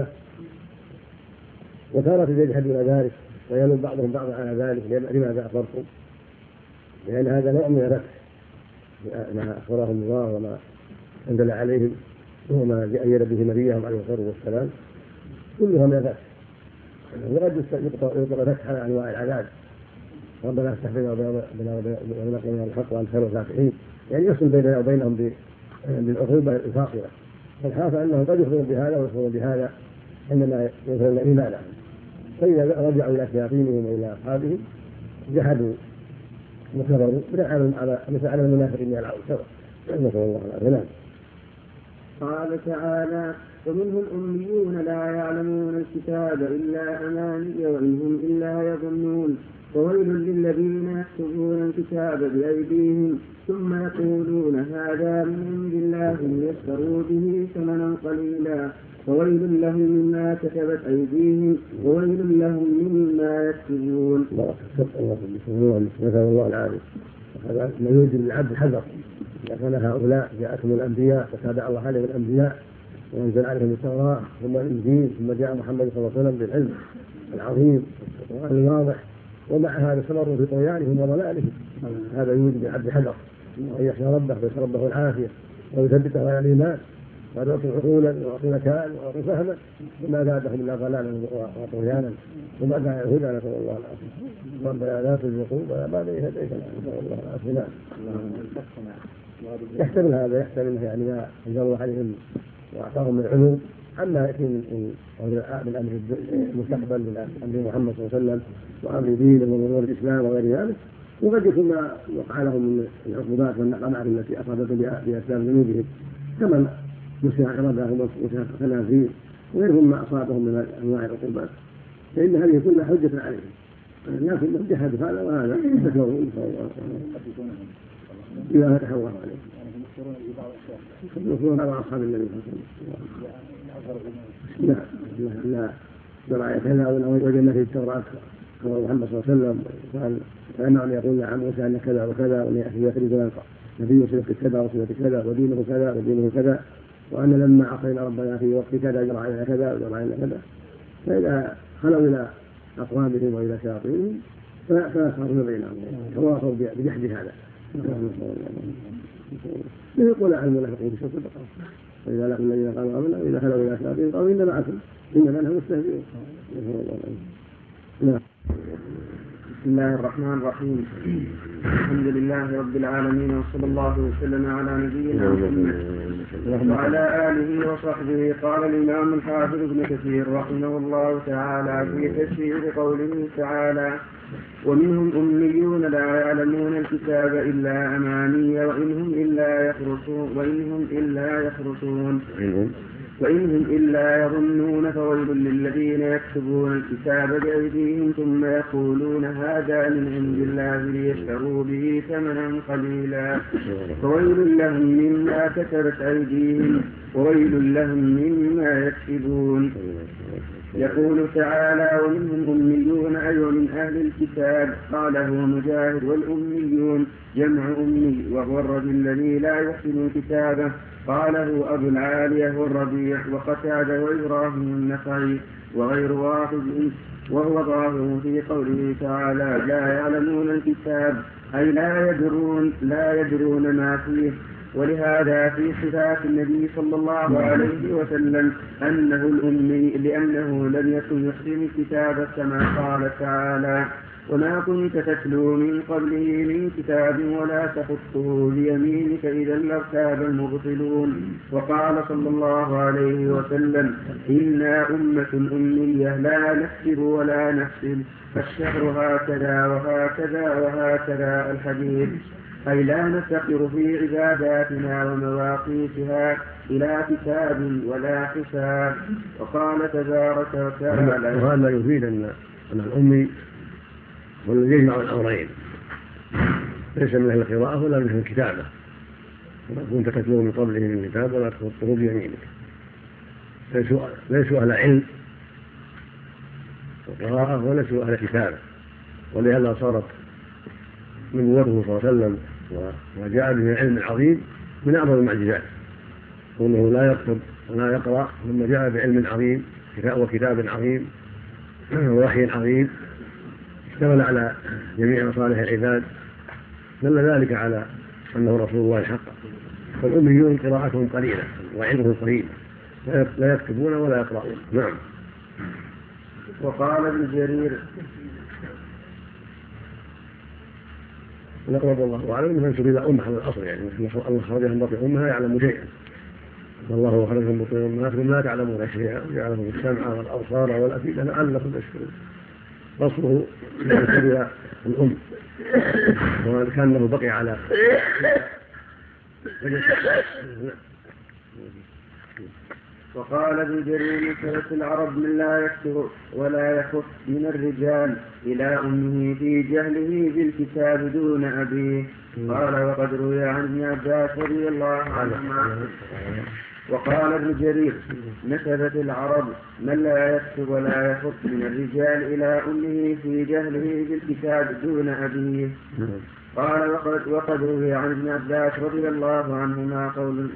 وتارة يجحدون ذلك ويلوم بعضهم بعضا على ذلك. لماذا أخبرتم؟ لأن هذا نوع من الرفع ما أخبرهم الله وما أنزل عليهم وما أيد به نبيهم عليه الصلاة والسلام كلها من الفتح. وقد يطلق فتح على أنواع العذاب. ربنا افتح بنا وبين الحق وأنت خير الفاتحين، يعني يصل بيننا وبينهم بالعقوبة الفاصلة. فالحاصل أنهم قد يخبرون بهذا ويخبرون بهذا عندما يظهرون إيمانهم، فإذا رجعوا إلى شياطينهم وإلى أصحابهم جحدوا وكفروا مثل على المنافقين يلعبون سوا. نسأل الله العافية. قال تعالى ومنهم أميون لا يعلمون الكتاب إلا أماني وإن هم إلا يظنون. وويل للذين يكتبون الكتاب بأيديهم ثم يقولون هذا من عند الله ليشتروا به ثمنا قليلا وويل لهم مما كتبت أيديهم وويل لهم مما يكتبون. نسأل الله العافية. هذا ما يوجد للعبد الحذر. إذا كان هؤلاء جاءتهم الأنبياء فتابع الله عليهم الأنبياء وأنزل عليهم التوراة ثم الإنجيل ثم جاء محمد صلى الله عليه وسلم بالعلم العظيم والقرآن الواضح، ومع هذا استمروا في طغيانهم وضلالهم. هذا يوجد للعبد حذر وأن يخشى ربه ويسأل ربه العافية ويثبته على الإيمان وأن يعطي عقولا ويعطي نكالا ويعطي فهما وما زادهم إلا ضلالا وطغيانا وما دعا هدى. نسأل الله العافية. ربنا لا تزغ قلوبنا بعد إذ هديتنا. نسأل الله العافية. يحتمل هذا، يحتمل يعني ما أنزل الله عليهم وأعطاهم من العلوم عما يأتي من أمر المستقبل من أمر محمد صلى الله عليه وسلم وأمر دين وأمور الإسلام وغير ذلك، وقد يكون ما وقع لهم من العقوبات والنقمات التي أصابتهم بأسباب ذنوبهم كما مسح عرضهم ومسح خنازير وغيرهم ما أصابهم من أنواع العقوبات، فإن هذه كلها حجة عليهم، لكن جحدوا هذا وهذا ذكروا إذا فتح الله عليه. يذكرون على أصحاب النبي صلى الله عليه وسلم. لا برأي كذا وجدنا في التوراة قال محمد صلى الله عليه وسلم قال فإنهم يقول عن موسى أن كذا وكذا وأن يخرج نبي صفة كذا وصفة كذا ودينه كذا ودينه كذا، وأن لما عصينا ربنا في وقت كذا جرى علينا كذا وجرى علينا كذا. فإذا خلوا إلى أقوامهم وإلى شياطينهم فصاروا بينهم تواصوا بجحد هذا. يقول عن المنافقين في سورة البقرة وإذا لقوا الذين قالوا آمنا وإذا خلوا إلى شياطينهم قالوا إنا معكم إنما نحن مستهزئون. بسم الله الرحمن الرحيم. الحمد لله رب العالمين، وصلى الله وسلم على نبينا محمد وعلى آله وصحبه. قال الإمام الحافظ ابن كثير رحمه الله تعالى في تفسير قوله تعالى: ومنهم أميون لا يعلمون الكتاب إلا أماني وإنهم إلا يظنون فويل للذين يكتبون الكتاب بأيديهم ثم يقولون هذا من عند الله ليشتروا به ثمنا قليلا فويل لهم مما كتبت أيديهم وويل لهم مما يكسبون. يقول تعالى: ومنهم أميون أي من أهل الكتاب. قاله مجاهد: والأميون جمع أمي وهو الرجل الذي لا يحسن كتابه. قاله أبو العالية والربيع وقتادة وإبراهيم النخعي وغير واحد، وهو ظاهر في قوله تعالى: لا يعلمون الكتاب أي لا يدرون ما فيه. ولهذا في صفات النبي صلى الله عليه وسلم أنه الأمي، لأنه لم يكن يحسن الكتاب كما قال تعالى: وما كنت تتلو من قبله من كتاب ولا تخطه بيمينك إذا لارتاب المبطلون. وقال صلى الله عليه وسلم: إنا أمة أمية لا نكتب ولا نحسب، فالشهر هكذا وهكذا وهكذا الحديث، أي لا نفتقر في عباداتنا ومواقيتها إلى كتاب ولا حساب. وقال تبارك وتعالى: وهذا يفيد أن الأمي هو الذي يجمع الأمرين، ليس من أهل القراءة ولا من أهل الكتابة. وما كنت تتلو من قبله من كتاب ولا تخطه بيمينك، ليسوا أهل علم القراءة وليسوا أهل كتابة. ولهذا صارت نبوته صلى الله عليه وسلم وجاء به العلم العظيم من أعظم المعجزات، وأنه لا يكتب ولا يقرأ، ثم جاء بعلم عظيم وكتاب عظيم ووحي عظيم اشتمل على جميع مصالح العباد، دل ذلك على أنه رسول الله حقا. فالأميون قراءتهم قليلة وعلمهم قليل، لا يكتبون ولا يقرؤون. نعم. وقال ابن جرير: نقرب الله أعلم أنه ينسب إلى أمة على الأصل، يعني الله خرجها من بطن أمها يعلم شيئا، والله هو خرجها من بطن أمهاتكم لا تعلمون شيئا، جعلهم السمع والأبصار والأفئدة لعلكم تشكرون. أصله ينسب إلى الأم، وكأنه بقي على وقال ابن جرير: كانت العرب من لا يكتب ولا يخف من الرجال إلى أمه في جهله بالكتاب دون أبيه. قال: وقد روي عن ابن عباس رضي الله عنهما. وقال ابن جرير: نسبت العرب من لا يكتب ولا يخف من الرجال إلى أمه في جهله بالكتاب دون أبيه. قال: وقد روي عن ابن عباس رضي الله عنهما قول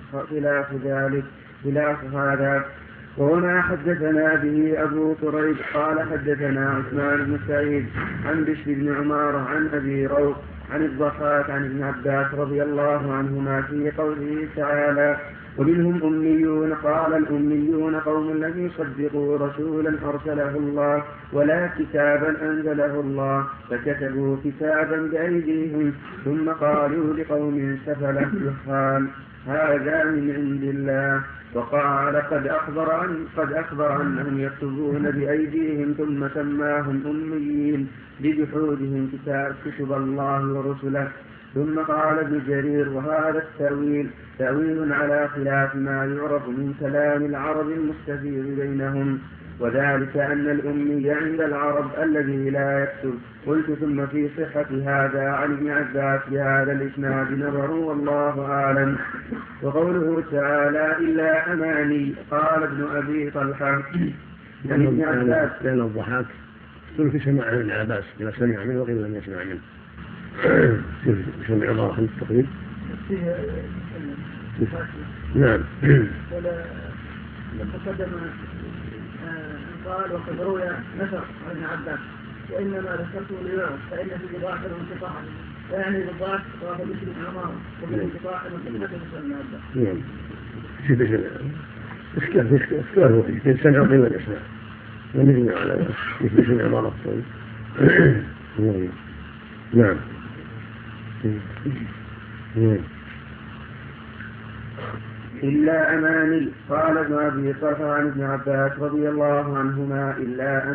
خلاف هذا. وهنا حدثنا به أبو كريب قال: حدثنا عثمان بن سعيد عن بشر بن عمارة عن أبي روح عن الضحاك عن ابن عباس رضي الله عنهما في قوله تعالى: ومنهم أميون. قال: الأميون قوم لم يصدقوا رسولا أرسله الله ولا كتابا أنزله الله، فكتبوا كتابا بأيديهم ثم قالوا لقوم سفلة يقال هذا من عند الله. وقال: قد أخبر أنهم يكتبون بأيديهم ثم سماهم أميين لجحودهم كتب الله ورسله. ثم قال ابن جرير: وهذا التأويل تأويل على خلاف ما يعرف من كلام العرب المستفيض بينهم، وذلك أن الأمي عند العرب الذي لا يكتب. قلت: ثم في صحة هذا عن ابن عباس بهذا الإسناد نظر والله أعلم. وقوله تعالى: إلا أماني. قال ابن أبي طلحة عن ابن عباس لأن الضحاك سلك سماع ابن عباس، إذا سمع منه وقيل لم يسمع منه. سمع الله عن التقريب. نعم. تقدم قال: وقد روي نشر عن ابن عباس، وإنما ذكرته ليعرف فإن في ظاهر انقطاعا، ويعني بالضعف وهو بشر بن عمارة وبالانقطاع من ابن عباس. نعم. إشكال سمع قيل الإسلام لم يجمع على بشر بن عمارة. نعم. إلا أماني. قال ابن أبي طلحة عن ابن عباس رضي الله عنهما إلا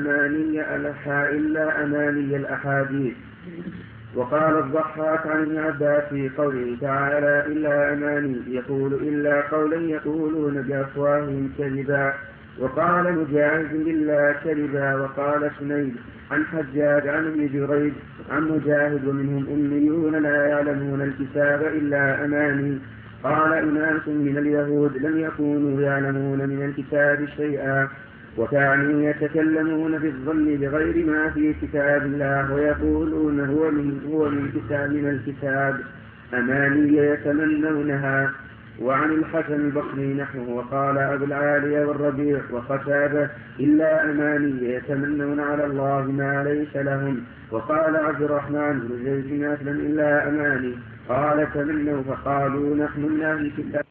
أماني الأحاديث. وقال الضحاك عن ابن عباس في قوله تعالى إلا أماني يقول إلا قولا يقولون بأفواههم كذبا. وقال مجاهد بالله كذبا. وقال سنيد عن حجاج عن ابن جريج عن مجاهد ومنهم أميون لا يعلمون الكتاب إلا أماني. قال أناس من اليهود لم يكونوا يعلمون من الكتاب شيئا وكانوا يتكلمون بالظن بغير ما في كتاب الله ويقولون هو من الكتاب أماني يتمنونها. وعن الحسن البصري نحوه. وقال أبو العالية والربيع وقتادة إلا أماني يتمنون على الله ما ليس لهم. وقال عبد الرحمن بن زيد مثلا إلا أماني. قال تمنوا فقالوا نحن من أهل الكتاب